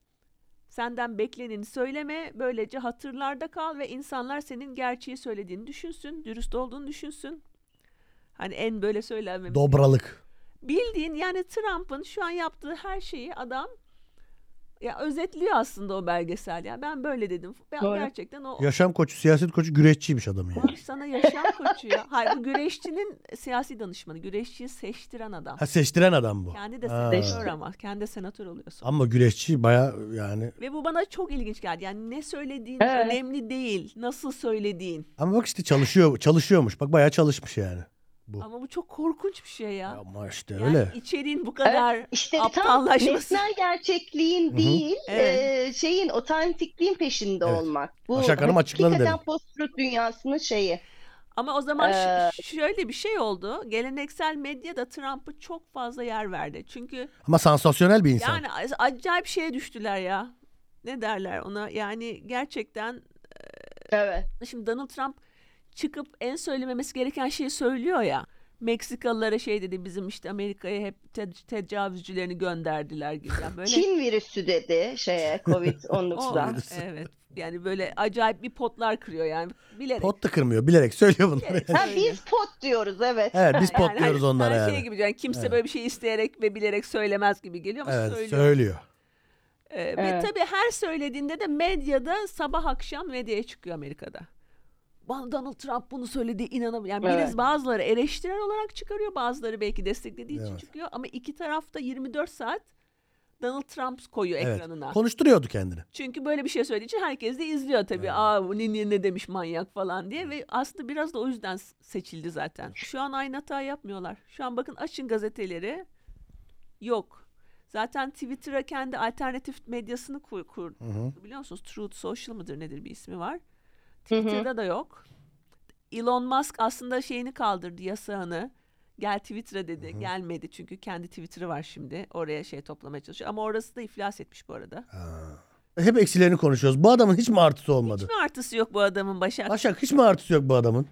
Senden bekleneni söyleme. Böylece hatırlarda kal ve insanlar senin gerçeği söylediğini düşünsün. Dürüst olduğunu düşünsün. Hani en böyle söylenmemiz. Dobralık. Bildiğin yani Trump'ın şu an yaptığı her şeyi adam ya özetliyor aslında o belgesel. Ya ben böyle dedim. Ben Doğru. gerçekten o Yaşam koçu, siyaset koçu, güreşçiymiş adam ya. bak sana yaşam koçu ya. Hayır bu güreşçinin siyasi danışmanı. Güreşçiyi seçtiren adam. Ha, seçtiren adam bu. Kendi de Ha. senatör ama. Kendi de senatör oluyorsun. Ama güreşçi baya yani. Ve bu bana çok ilginç geldi. Yani ne söylediğin Evet. önemli değil. Nasıl söylediğin. Ama bak işte çalışıyor, çalışıyormuş. Bak bayağı çalışmış yani. Bu. Ama bu çok korkunç bir şey ya. Ama işte Yani öyle. içeriğin bu kadar Evet, işte tam aptallaşması. nesnel gerçekliğin Hı hı. değil, Evet. e, şeyin otantikliğin peşinde Evet. olmak. Bu Başak Hanım açıkladı hakikaten demek. post-truth dünyasının şeyi. Ama o zaman ş- Ee, şöyle bir şey oldu. Geleneksel medya da Trump'ı çok fazla yer verdi. Çünkü Ama sansasyonel bir insan. yani a- acayip şeye düştüler ya. Ne derler ona? Yani gerçekten evet. şimdi Donald Trump çıkıp en söylememesi gereken şeyi söylüyor ya. Meksikalılara şey dedi bizim işte Amerika'ya hep te- tecavüzcülerini gönderdiler gibi. Yani böyle Çin virüsü dedi şeye covid o, on dokuz'a. evet yani böyle acayip bir potlar kırıyor yani bilerek. Pot da kırmıyor. Bilerek söylüyor bunları. Bilerek Ha, söylüyor. biz pot diyoruz evet. Evet biz pot Yani diyoruz hani onlara sen yani. şey gibi yani kimse Evet. böyle bir şey isteyerek ve bilerek söylemez gibi geliyor ama Evet söylüyor. söylüyor. Ee, Ve Evet. tabii her söylediğinde de medyada sabah akşam medyaya çıkıyor Amerika'da. Bana Donald Trump bunu söylediği inanamıyorum. Yani Evet. birisi bazıları eleştirel olarak çıkarıyor, bazıları belki desteklediği için Evet. çıkıyor ama iki tarafta yirmi dört saat Donald Trump koyuyor Evet. ekranına. Konuşturuyordu kendini. Çünkü böyle bir şey söylediği için herkes de izliyor tabii. Evet. Aa bu ne, ne demiş manyak falan diye ve aslında biraz da o yüzden s- seçildi zaten. Şu an aynı hata yapmıyorlar. Şu an bakın açın gazeteleri yok. Zaten Twitter'a kendi alternatif medyasını kur, kur- Hı hı. biliyor musunuz? Truth Social mıdır nedir bir ismi var. Hı hı. Twitter'da da yok. Elon Musk aslında şeyini kaldırdı yasağını. Gel Twitter'a dedi. Hı hı. Gelmedi çünkü kendi Twitter'ı var şimdi. Oraya şey toplamaya çalışıyor. Ama orası da iflas etmiş bu arada. Ha. Hep eksilerini konuşuyoruz. Bu adamın hiç mi artısı olmadı? Hiç mi artısı yok bu adamın Başak? Başak hiç mi artısı yok bu adamın?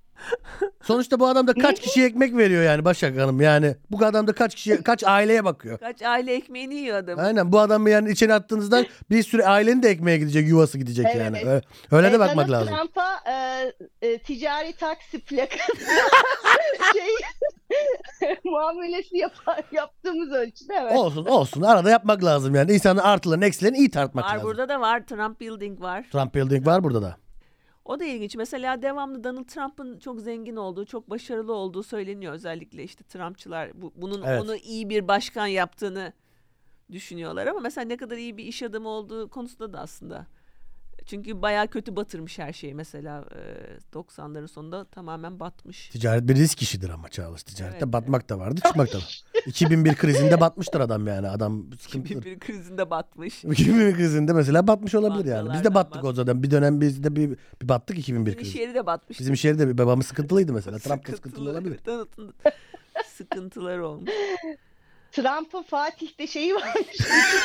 Sonuçta bu adam da kaç kişiye ekmek veriyor yani Başak Hanım. Yani bu adam da kaç kişiye, kaç aileye bakıyor. Kaç aile ekmeğini yiyor adam. Aynen bu adam yani içine attığınızda bir sürü ailenin de ekmeğe gidecek, yuvası gidecek Evet. yani. Öyle, öyle de Ee, bakmak Donald lazım. Trump'a e, e, ticari taksi plakası şey muamelesi yapar, yaptığımız ölçüde evet. Olsun olsun. Arada yapmak lazım yani. İnsanın artılarını eksilerini iyi tartmak Var lazım. burada da var. Trump Building var. Trump Building var burada da. O da ilginç. Mesela devamlı Donald Trump'ın çok zengin olduğu, çok başarılı olduğu söyleniyor. Özellikle işte Trumpçılar bu, bunun Evet. onu iyi bir başkan yaptığını düşünüyorlar. Ama mesela ne kadar iyi bir iş adamı olduğu konusunda da aslında. Çünkü bayağı kötü batırmış her şeyi. Mesela doksanların sonunda tamamen batmış. Ticaret bir risk işidir ama Çağla. Ticarette Evet, batmak da vardı, çıkmak da var. iki bin bir krizinde batmıştır adam yani. Adam sıkıntıdır. Bir krizinde batmış. iki bin bir krizinde mesela batmış olabilir yani. Biz de Bankalardan battık bat- o zaman. Bir dönem biz de bir, bir battık iki bin bir Bizim iş krizi. yeri de batmış. Bizim iş yeri de bir babamız sıkıntılıydı mesela. Trump da sıkıntılı Sıkıntılı, olabilir. evet, Donald'ın sıkıntıları olmuş. Trump'ın Fatih'te şeyi varmış.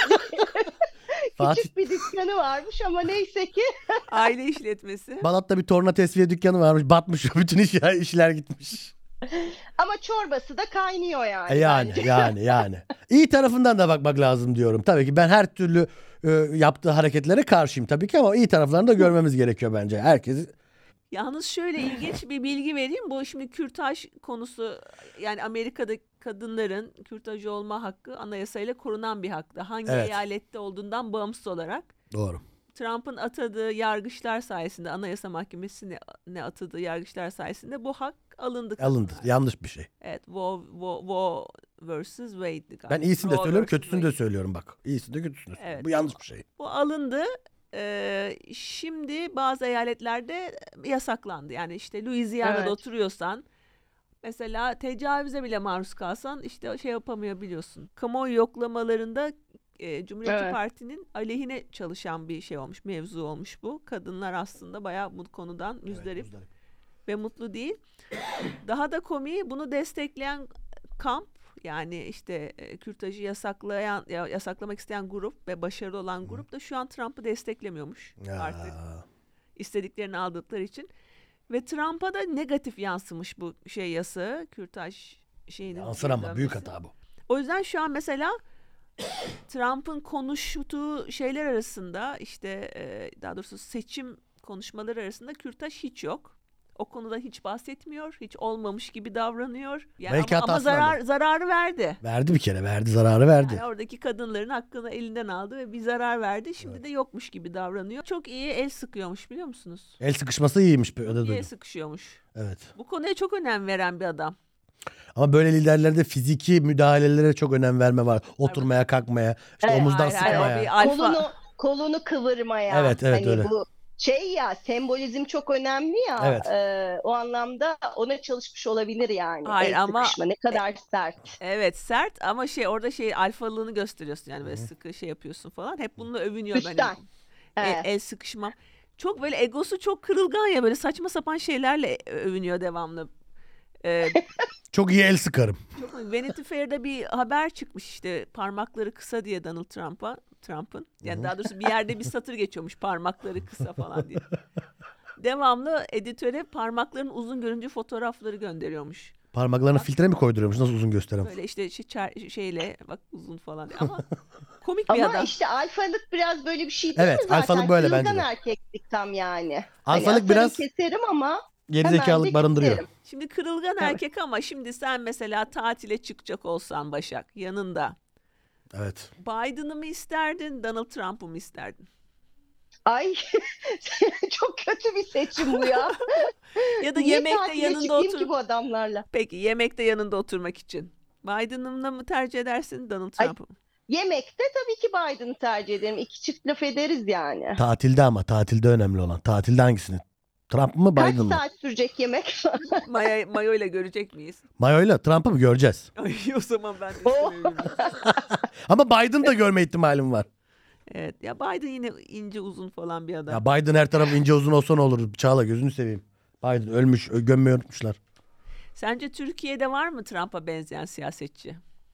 Fatih Küçük bir dükkanı varmış ama neyse ki. Aile işletmesi. Balat'ta bir torna tesviye dükkanı varmış. Batmış. Bütün işler, işler gitmiş. Ama çorbası da kaynıyor yani. E yani bence. yani yani. İyi tarafından da bakmak lazım diyorum. Tabii ki ben her türlü e, yaptığı hareketlere karşıyım tabii ki ama iyi taraflarını da görmemiz gerekiyor bence. Herkes Yalnız şöyle ilginç bir bilgi vereyim. Bu şimdi kürtaj konusu, yani Amerika'da kadınların kürtaj olma hakkı anayasayla korunan bir haktı. Hangi Evet. eyalette olduğundan bağımsız olarak. doğru. Trump'ın atadığı yargıçlar sayesinde, Anayasa Mahkemesi'ne ne atadığı yargıçlar sayesinde bu hak alındı. Alındı. kadınlar. Yanlış bir şey. Evet, Roe, Roe, Roe versus Wade'di galiba. Ben iyisini de Roe söylüyorum, versus kötüsünü de Wade. söylüyorum bak. İyisini de kötüsünü de söylüyorum. Evet. Bu yanlış bir şey. Bu alındı. Ee, şimdi bazı eyaletlerde yasaklandı. Yani işte Louisiana'da Evet. oturuyorsan, mesela tecavüze bile maruz kalsan işte şey yapamıyorbiliyorsun. Kamuoyu yoklamalarında e, Cumhuriyetçi Evet. Parti'nin aleyhine çalışan bir şey olmuş, mevzu olmuş bu. Kadınlar aslında bayağı bu konudan müzdarip ve mutlu değil. Daha da komiği, bunu destekleyen kamp, yani işte e, kürtajı yasaklayan ya, yasaklamak isteyen grup ve başarılı olan grup da şu an Trump'ı desteklemiyormuş Ya. artık, istediklerini aldıkları için. Ve Trump'a da negatif yansımış bu şey yasağı, kürtaj şeyinin. Yansır ama büyük dönmesi. hata bu. O yüzden şu an mesela Trump'ın konuştuğu şeyler arasında, işte e, daha doğrusu seçim konuşmaları arasında kürtaj hiç yok. O konuda hiç bahsetmiyor, hiç olmamış gibi davranıyor. Yani Belki ama, ama hatasından zarar zararı verdi. Verdi bir kere, verdi, zararı verdi. Yani oradaki kadınların hakkını elinden aldı ve bir zarar verdi. Şimdi Evet. de yokmuş gibi davranıyor. Çok iyi el sıkıyormuş, biliyor musunuz? El sıkışması iyiymiş, öyle İyi el duydum. sıkışıyormuş. Evet. Bu konuya çok önem veren bir adam. Ama böyle liderlerde fiziki müdahalelere çok önem verme var. Oturmaya, kalkmaya, işte Evet, omuzdan hayır, hayır, o sıkmaya. bir alfa. Kolunu kolunu kıvırmaya. Evet, evet, hani öyle. bu şey ya, sembolizm çok önemli ya. Evet. e, o anlamda ona çalışmış olabilir yani. Hayır, El ama- sıkışma ne kadar sert. Evet, sert ama şey, orada şey alfalığını gösteriyorsun, yani böyle sıkı şey yapıyorsun falan. Hep bununla övünüyor. Üstten. Ben el, Evet. el sıkışmam. Çok böyle egosu çok kırılgan ya, böyle saçma sapan şeylerle övünüyor devamlı. Ee, Çok iyi el sıkarım. çok Vanity Fair'da bir haber çıkmış, işte parmakları kısa diye Donald Trump'a, Trump'ın. Yani daha doğrusu bir yerde bir satır geçiyormuş, parmakları kısa falan diye. Devamlı editöre parmakların uzun görünce fotoğrafları gönderiyormuş. Parmaklarını filtre mi koyduruyormuş? Nasıl uzun gösteren? Böyle işte şey, çer- şeyle bak uzun falan diye. Ama komik bir Ama adam. işte alfalık biraz böyle bir şey değil Evet, mi zaten? alfalık böyle Kırılgan bence de. erkeklik tam yani. Alfalık hani atarım, biraz keserim ama geri hemen de zekalılık barındırıyor. keserim. Şimdi kırılgan Evet. erkek, ama şimdi sen mesela tatile çıkacak olsan Başak, yanında Evet. Biden'ı mı isterdin, Donald Trump'ı mı isterdin? Ay çok kötü bir seçim bu ya. Ya da Niye yemekte tatile yanında çıkayım otur. ki bu adamlarla? Peki yemekte yanında oturmak için Biden'ı mı tercih edersin, Donald Ay, Trump'ı mı? Yemekte tabii ki Biden'ı tercih ederim. İki çift laf ederiz yani. Tatilde ama tatilde önemli olan. Tatilde hangisini? Trump mı Kaç Biden mı? saat sürecek yemek? Maya, Mayo ile görecek miyiz? Mayo'yla Trump'ı mı göreceğiz? Ay, o zaman ben de Oh. istemiyorum. Ama Biden da görme ihtimalim var. Evet ya, Biden yine ince uzun falan bir adam. Ya Biden her tarafı ince uzun olsa ne olur? Çağla gözünü seveyim. Biden ölmüş, ö- gömmeyi unutmuşlar. Sence Türkiye'de var mı Trump'a benzeyen siyasetçi?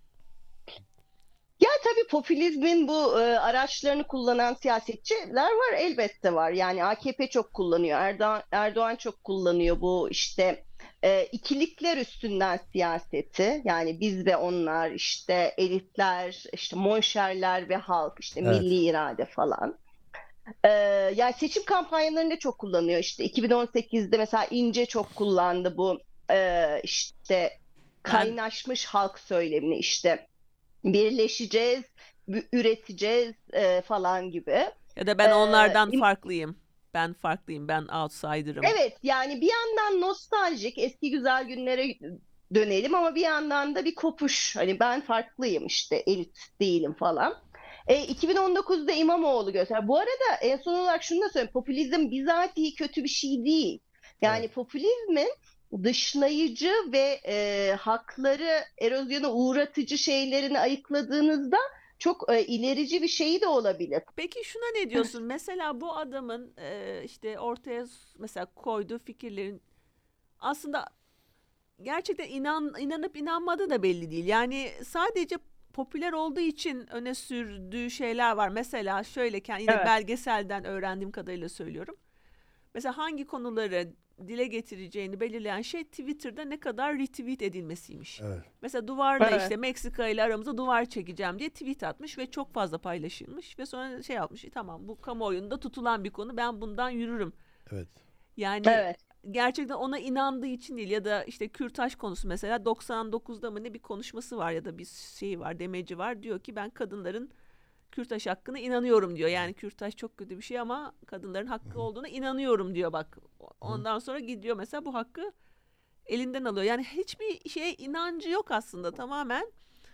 Ya tabii popülizmin bu e, araçlarını kullanan siyasetçiler var, elbette var. Yani A K P çok kullanıyor, Erdoğan, Erdoğan çok kullanıyor bu işte e, ikilikler üstünden siyaseti. Yani biz ve onlar, işte elitler, işte monşerler ve halk, işte Evet. milli irade falan. E, yani seçim kampanyalarında çok kullanıyor. İşte iki bin on sekizde mesela İnce çok kullandı bu e, işte kaynaşmış halk söylemini, işte birleşeceğiz, üreteceğiz e, falan gibi. Ya da ben onlardan Ee, farklıyım. Ben farklıyım. Ben outsider'ım. Evet, yani bir yandan nostaljik, eski güzel günlere dönelim ama bir yandan da bir kopuş. Hani ben farklıyım, işte elit değilim falan. E, iki bin on dokuzda İmamoğlu göster. Bu arada en son olarak şunu da söyleyeyim. Popülizm bizatihi kötü bir şey değil. Yani Evet. popülizmin dışlayıcı ve e, hakları erozyona uğratıcı şeylerini ayıkladığınızda çok e, ilerici bir şey de olabilir. Peki şuna ne diyorsun? Mesela bu adamın e, işte ortaya s- mesela koyduğu fikirlerin aslında gerçekten inan inanıp inanmadığı da belli değil. Yani sadece popüler olduğu için öne sürdüğü şeyler var. Mesela şöyle yine Evet. belgeselden öğrendiğim kadarıyla söylüyorum. Mesela hangi konuları dile getireceğini belirleyen şey Twitter'da ne kadar retweet edilmesiymiş. Evet. Mesela duvarda Evet. işte Meksika ile aramızda duvar çekeceğim diye tweet atmış ve çok fazla paylaşılmış ve sonra şey yapmış. "E, tamam, bu kamuoyunda tutulan bir konu, ben bundan yürürüm." Evet. Yani Evet. gerçekten ona inandığı için değil. Ya da işte kürtaj konusu mesela doksan dokuzda mı ne bir konuşması var ya da bir şey var, demeci var. Diyor ki ben kadınların kürtaj hakkına inanıyorum diyor. Yani kürtaj çok kötü bir şey ama kadınların hakkı olduğuna inanıyorum diyor bak. Ondan sonra gidiyor mesela bu hakkı elinden alıyor. Yani hiçbir şeye inancı yok aslında, tamamen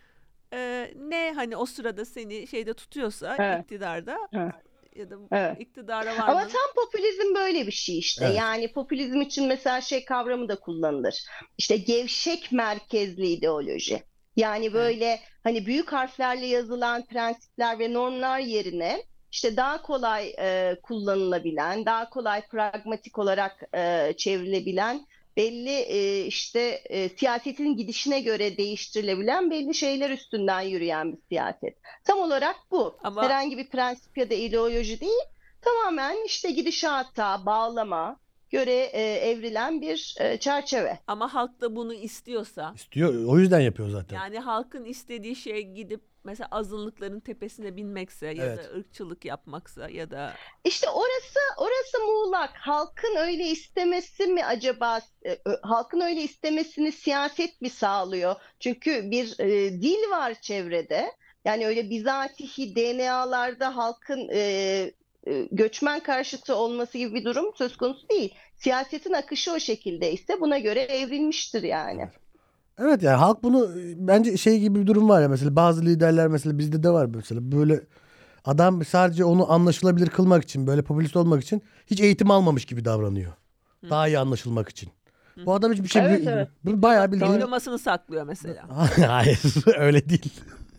e, ne hani o sırada seni şeyde tutuyorsa, Evet. iktidarda Evet. ya da Evet. iktidara Ama varmanın. tam popülizm böyle bir şey işte. Evet. Yani popülizm için mesela şey kavramı da kullanılır. İşte gevşek merkezli ideoloji. Yani Evet. böyle hani büyük harflerle yazılan prensipler ve normlar yerine işte daha kolay e, kullanılabilen, daha kolay pragmatik olarak e, çevrilebilen, belli e, işte e, siyasetin gidişine göre değiştirilebilen belli şeyler üstünden yürüyen bir siyaset. Tam olarak bu. Ama Herhangi bir prensip ya da ideoloji değil. Tamamen işte gidişata, bağlama göre e, evrilen bir e, çerçeve. ama halk da bunu istiyorsa, İstiyor. O yüzden yapıyor zaten. yani halkın istediği şey gidip mesela azınlıkların tepesine binmekse ya Evet. da ırkçılık yapmaksa ya da İşte orası orası muğlak. Halkın öyle istemesi mi acaba? e, ö- halkın öyle istemesini siyaset mi sağlıyor? Çünkü bir e, dil var çevrede. Yani öyle bizatihi D N A'larda halkın e, e, göçmen karşıtı olması gibi bir durum söz konusu değil. Siyasetin akışı o şekilde ise buna göre evrilmiştir yani. Evet. Evet, yani halk bunu bence şey gibi bir durum var ya, mesela bazı liderler, mesela bizde de var mesela, böyle adam sadece onu anlaşılabilir kılmak için, böyle popülist olmak için hiç eğitim almamış gibi davranıyor. Hı Daha hı. iyi anlaşılmak için. Hı Bu hı. adam hiçbir şey Evet, evet. bu bayağı Diploma- bildiğin diplomasını saklıyor mesela. hayır öyle değil.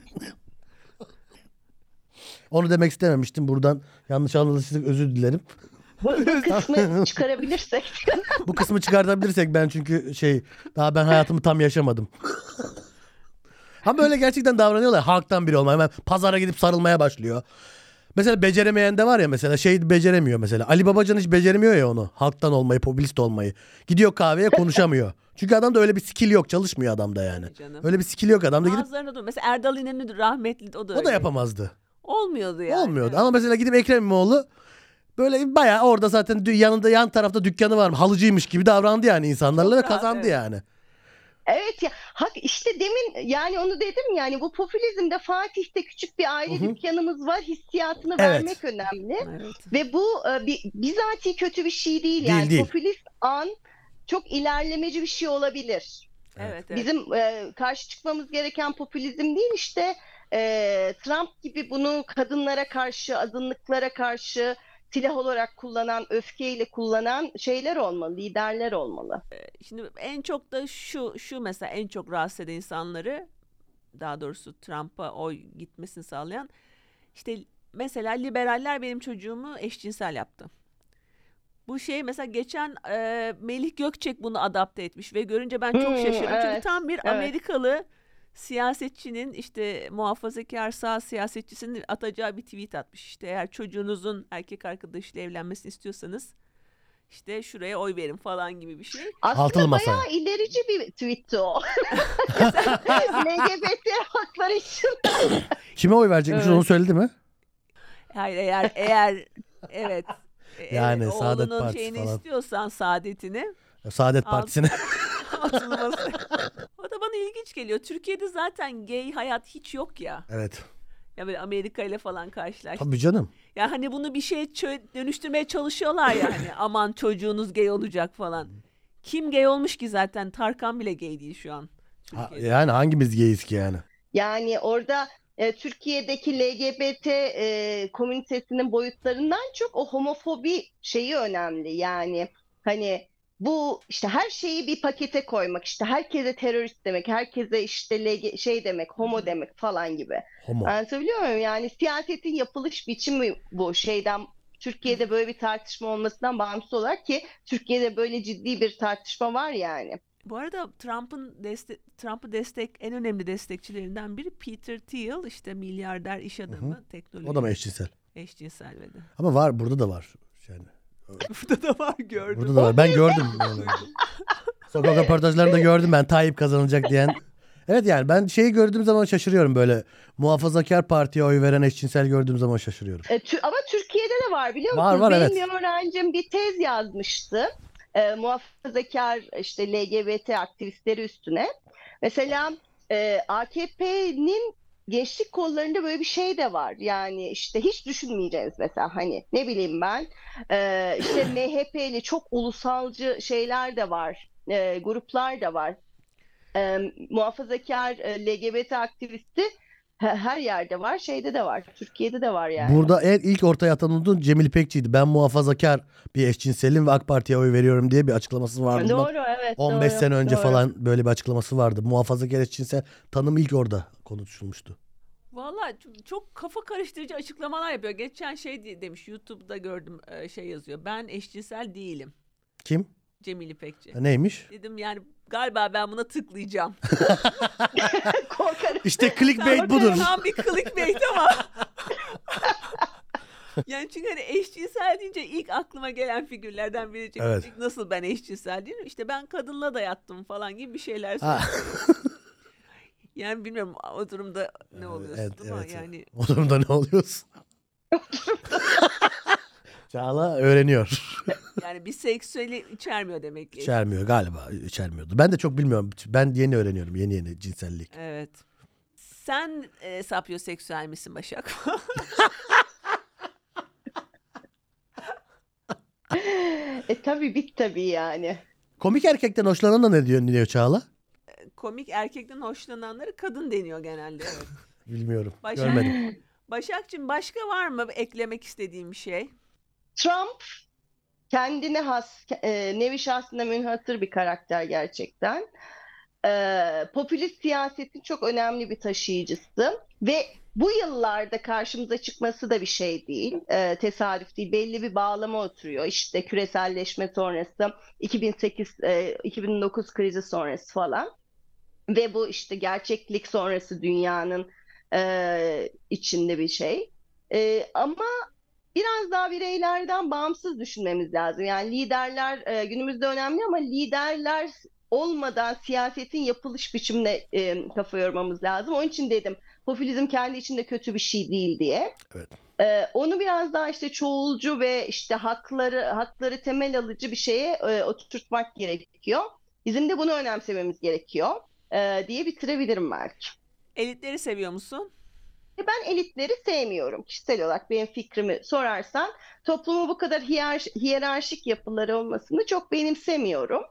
Onu demek istememiştim. Buradan yanlış anlaşılırsa özür dilerim. Bu, bu kısmı çıkarabilirsek. Bu kısmı çıkartabilirsek, ben çünkü şey, daha ben hayatımı tam yaşamadım. Ama öyle gerçekten davranıyorlar. Halktan biri olma. Hemen pazara gidip sarılmaya başlıyor. Mesela beceremeyen de var ya, mesela şey beceremiyor mesela. Ali Babacan hiç beceremiyor ya onu. Halktan olmayı, popülist olmayı. Gidiyor kahveye konuşamıyor. Çünkü adamda öyle bir skill yok. Çalışmıyor adamda yani. Tabii canım. Öyle bir skill yok adamda, gidip Bazılarına dur. Mesela Erdal İnönü rahmetli, o da o da öyleydi. yapamazdı. Olmuyordu yani. Olmuyordu. Evet. Ama mesela gidip Ekrem İmamoğlu böyle bayağı orada zaten dü- yanında, yan tarafta dükkanı var mı, halıcıymış gibi davrandı yani insanlarla Çok ve rahat, kazandı evet. yani. Evet ya, hak işte demin yani onu dedim, yani bu popülizmde Fatih'te küçük bir aile Hı hı. dükkanımız var hissiyatını Evet. vermek önemli Evet. ve bu e, bi- bizatihi kötü bir şey değil, Değil, yani değil. popülist an çok ilerlemeci bir şey olabilir. Evet, evet. Bizim e, karşı çıkmamız gereken popülizm değil, işte e, Trump gibi bunu kadınlara karşı, azınlıklara karşı silah olarak kullanan, öfkeyle kullanan şeyler olmalı, liderler olmalı. Şimdi en çok da şu şu mesela en çok rahatsız eden insanları, daha doğrusu Trump'a oy gitmesini sağlayan, işte mesela liberaller benim çocuğumu eşcinsel yaptı. Bu şey mesela geçen e, Melih Gökçek bunu adapte etmiş ve görünce ben çok Hmm, şaşırdım. Çünkü evet, tam bir evet. Amerikalı siyasetçinin, işte muhafazakar sağ siyasetçisinin atacağı bir tweet atmış. İşte eğer çocuğunuzun erkek arkadaşıyla evlenmesini istiyorsanız işte şuraya oy verin falan gibi bir şey. Aslında Altılı masaya. bayağı ilerici bir tweetti o. L G B T hakları için. Kime oy verecekmiş Evet. onu söyledi mi? Hayır, eğer eğer evet e, Yani evet, Saadet oğlunun Partisi şeyini falan. istiyorsan, saadetini, Saadet Alt- Partisi'ne. altılı masaya. O da bana ilginç geliyor. Türkiye'de zaten gay hayat hiç yok ya. Evet. Ya böyle Amerika ile falan karşılaştık. Tabii canım. Ya hani bunu bir şeye çö- dönüştürmeye çalışıyorlar ya hani aman çocuğunuz gay olacak falan. Kim gay olmuş ki zaten? Tarkan bile gay değil şu an. Ha, Türkiye'de. yani hangimiz gayiz ki yani? Yani orada e, Türkiye'deki L G B T e, komünitesinin boyutlarından çok o homofobi şeyi önemli. Yani hani bu işte her şeyi bir pakete koymak, işte herkese terörist demek, herkese işte L G şey demek, homo demek falan gibi. Homo. Anlatabiliyor muyum? Yani siyasetin yapılış biçimi bu şeyden Türkiye'de böyle bir tartışma olmasından bağımsız olarak ki Türkiye'de böyle ciddi bir tartışma var yani. Bu arada Trump'ın deste- Trump'ı destek en önemli destekçilerinden biri Peter Thiel, işte milyarder iş adamı, teknoloji. O da mı eşcinsel? Eşcinsel ve de. Ama var, burada da var. Yani Burada da var, gördüm. burada da var. Ben gördüm. Yani. Sokak röportajlarında gördüm ben Tayyip kazanacak diyen. Evet yani ben şeyi gördüğüm zaman şaşırıyorum böyle. Muhafazakar partiye oy veren eşcinsel gördüğüm zaman şaşırıyorum. E, tü- ama Türkiye'de de var biliyor Var, musunuz? var, Benim evet. bir öğrencim bir tez yazmıştı. E, muhafazakar işte L G B T aktivistleri üstüne. Mesela e, A K P'nin gençlik kollarında böyle bir şey de var. Yani işte hiç düşünmeyeceğiz mesela hani ne bileyim ben e, işte M H P'li çok ulusalcı şeyler de var. E, gruplar da var. E, muhafazakar e, L G B T aktivisti he- her yerde var. Şeyde de var. Türkiye'de de var yani. Burada en ilk ortaya atan unutun Cemil İpekçi'ydi. Ben muhafazakar bir eşcinselim ve AK Parti'ye oy veriyorum diye bir açıklaması vardı. Bundan Doğru, evet, on beş doğru, sene önce doğru. falan böyle bir açıklaması vardı. Muhafazakar eşcinsel tanımı ilk orada konuşulmuştu. Vallahi çok, çok kafa karıştırıcı açıklamalar yapıyor. Geçen şey di- demiş, YouTube'da gördüm, e, şey yazıyor. Ben eşcinsel değilim. Kim? Cemil İpekçi. Ha, neymiş? Dedim yani galiba ben buna tıklayacağım. Korkarım. İşte clickbait budur. Tam bir clickbait ama. Yani çünkü hani eşcinsel deyince ilk aklıma gelen figürlerden biri Cemil Evet. İpek. Nasıl ben eşcinsel değilim? İşte ben kadınla da yattım falan gibi bir şeyler Ha. söylüyor. Yani bilmiyorum o durumda ne oluyorsun Evet, ama evet. yani O durumda ne oluyorsun? Çağla öğreniyor. yani bir seksüeli içermiyor demek ki. İçermiyor galiba. İçermiyordu. Ben de çok bilmiyorum. Ben yeni öğreniyorum. Yeni yeni cinsellik. Evet. Sen e, sapyoseksüel misin Başak? E tabii bit tabii yani. Komik erkekten hoşlanan da ne diyor, ne diyor Çağla? Komik erkekten hoşlananları kadın deniyor genelde. Evet. Bilmiyorum. Başak, Görmedim. Başakçığım başka var mı eklemek istediğim bir şey? Trump kendine has, e, nevi şahsına münhasır bir karakter gerçekten. E, popülist siyasetin çok önemli bir taşıyıcısı ve bu yıllarda karşımıza çıkması da bir şey değil, e, tesadüf değil. Belli bir bağlama oturuyor. İşte küreselleşme sonrası, iki bin sekiz, e, iki bin dokuz krizi sonrası falan. Ve bu işte gerçeklik sonrası dünyanın e, içinde bir şey. E, ama biraz daha bireylerden bağımsız düşünmemiz lazım. Yani liderler e, günümüzde önemli ama liderler olmadan siyasetin yapılış biçimine e, kafa yormamız lazım. Onun için dedim popülizm kendi içinde kötü bir şey değil diye. Evet. E, onu biraz daha işte çoğulcu ve işte hakları hakları temel alıcı bir şeye e, oturtmak gerekiyor. Bizim de bunu önemsememiz gerekiyor e, diye bitirebilirim belki. Elitleri seviyor musun? Ben elitleri sevmiyorum. Kişisel olarak benim fikrimi sorarsan toplumu bu kadar hiyer- hiyerarşik yapıları olmasını çok benimsemiyorum.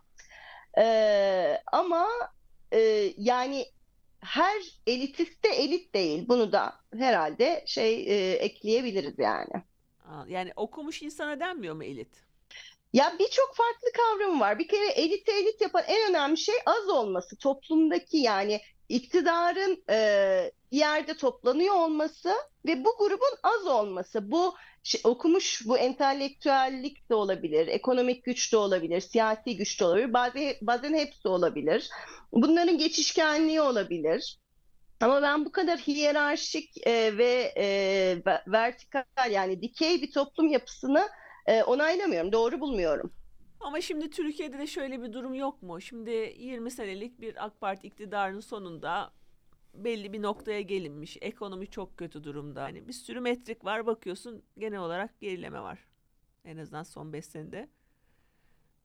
Ee, ama e, yani her elitist de elit değil. Bunu da herhalde şey e, ekleyebiliriz yani. Aa, yani okumuş insana denmiyor mu elit? Ya birçok farklı kavram var. Bir kere eliti elit yapan en önemli şey az olması. Toplumdaki yani iktidarın e, bir yerde toplanıyor olması ve bu grubun az olması. Bu şey, okumuş, bu entelektüellik de olabilir, ekonomik güç de olabilir, siyasi güç de olabilir. Bazen, bazen hepsi olabilir. Bunların geçişkenliği olabilir. Ama ben bu kadar hiyerarşik e, ve e, ve- vertikal yani dikey bir toplum yapısını e, onaylamıyorum, doğru bulmuyorum. Ama şimdi Türkiye'de de şöyle bir durum yok mu? Şimdi yirmi senelik bir AK Parti iktidarının sonunda belli bir noktaya gelinmiş. Ekonomi çok kötü durumda. Hani bir sürü metrik var, bakıyorsun genel olarak gerileme var. En azından son beş senede.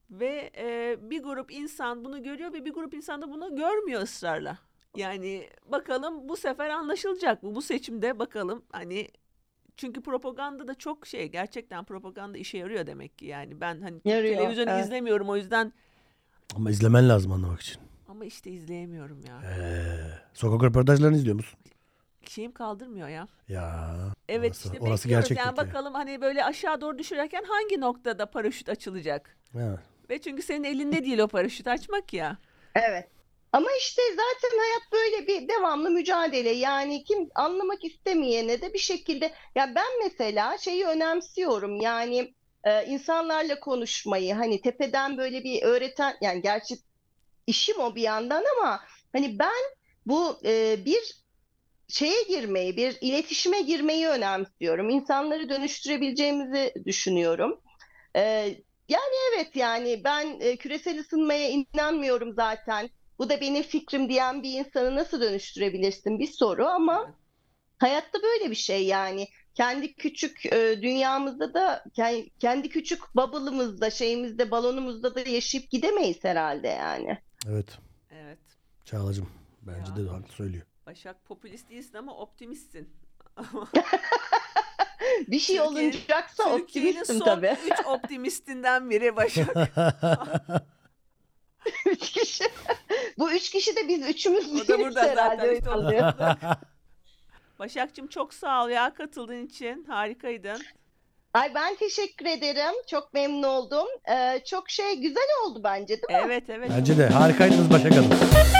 Ve e, bir grup insan bunu görüyor ve bir grup insan da bunu görmüyor ısrarla. Yani bakalım bu sefer anlaşılacak mı? Bu seçimde bakalım hani çünkü propaganda da çok şey gerçekten propaganda işe yarıyor demek ki. Yani ben hani Yarıyor, televizyonu evet. izlemiyorum o yüzden Ama izlemen lazım anlamak için. ama işte izleyemiyorum ya. Ee, sokak röportajlarını izliyor musun? Şeyim kaldırmıyor ya. Ya. Evet orası, işte orası bekliyoruz gerçek yani kötü. bakalım hani böyle aşağı doğru düşürürken hangi noktada paraşüt açılacak? Ha. Ve çünkü senin elinde değil o paraşüt açmak ya. Evet. Ama işte zaten hayat böyle bir devamlı mücadele. Yani kim anlamak istemeyene de bir şekilde ya ben mesela şeyi önemsiyorum. Yani e, insanlarla konuşmayı hani tepeden böyle bir öğreten yani gerçi işim o bir yandan ama hani ben bu e, bir şeye girmeyi, bir iletişime girmeyi önemsiyorum. İnsanları dönüştürebileceğimizi düşünüyorum. Ee, yani evet yani ben e, küresel ısınmaya inanmıyorum zaten. Bu da benim fikrim diyen bir insanı nasıl dönüştürebilirsin bir soru ama Evet. hayatta böyle bir şey yani. Kendi küçük e, dünyamızda da ke- kendi küçük bubble'ımızda, şeyimizde, balonumuzda da yaşayıp gidemeyiz herhalde yani. Evet. Evet. Çağlacığım. Bence Ya. de haklı söylüyor. Başak popülist değilsin ama optimistsin. Bir şey Türkiye'nin olunacaksa Türkiye'nin optimistim son tabii. üç optimistinden biri Başak. Üç kişi. Bu üç kişi de biz üçümüz O da değiliz burada zaten, herhalde öyle işte onu oluyor. Başak'cığım çok sağ ol ya katıldığın için. Harikaydın. Ay ben teşekkür ederim. Çok memnun oldum. Ee, çok şey güzel oldu bence değil mi? Evet evet. Bence de harikaydınız Başak Hanım.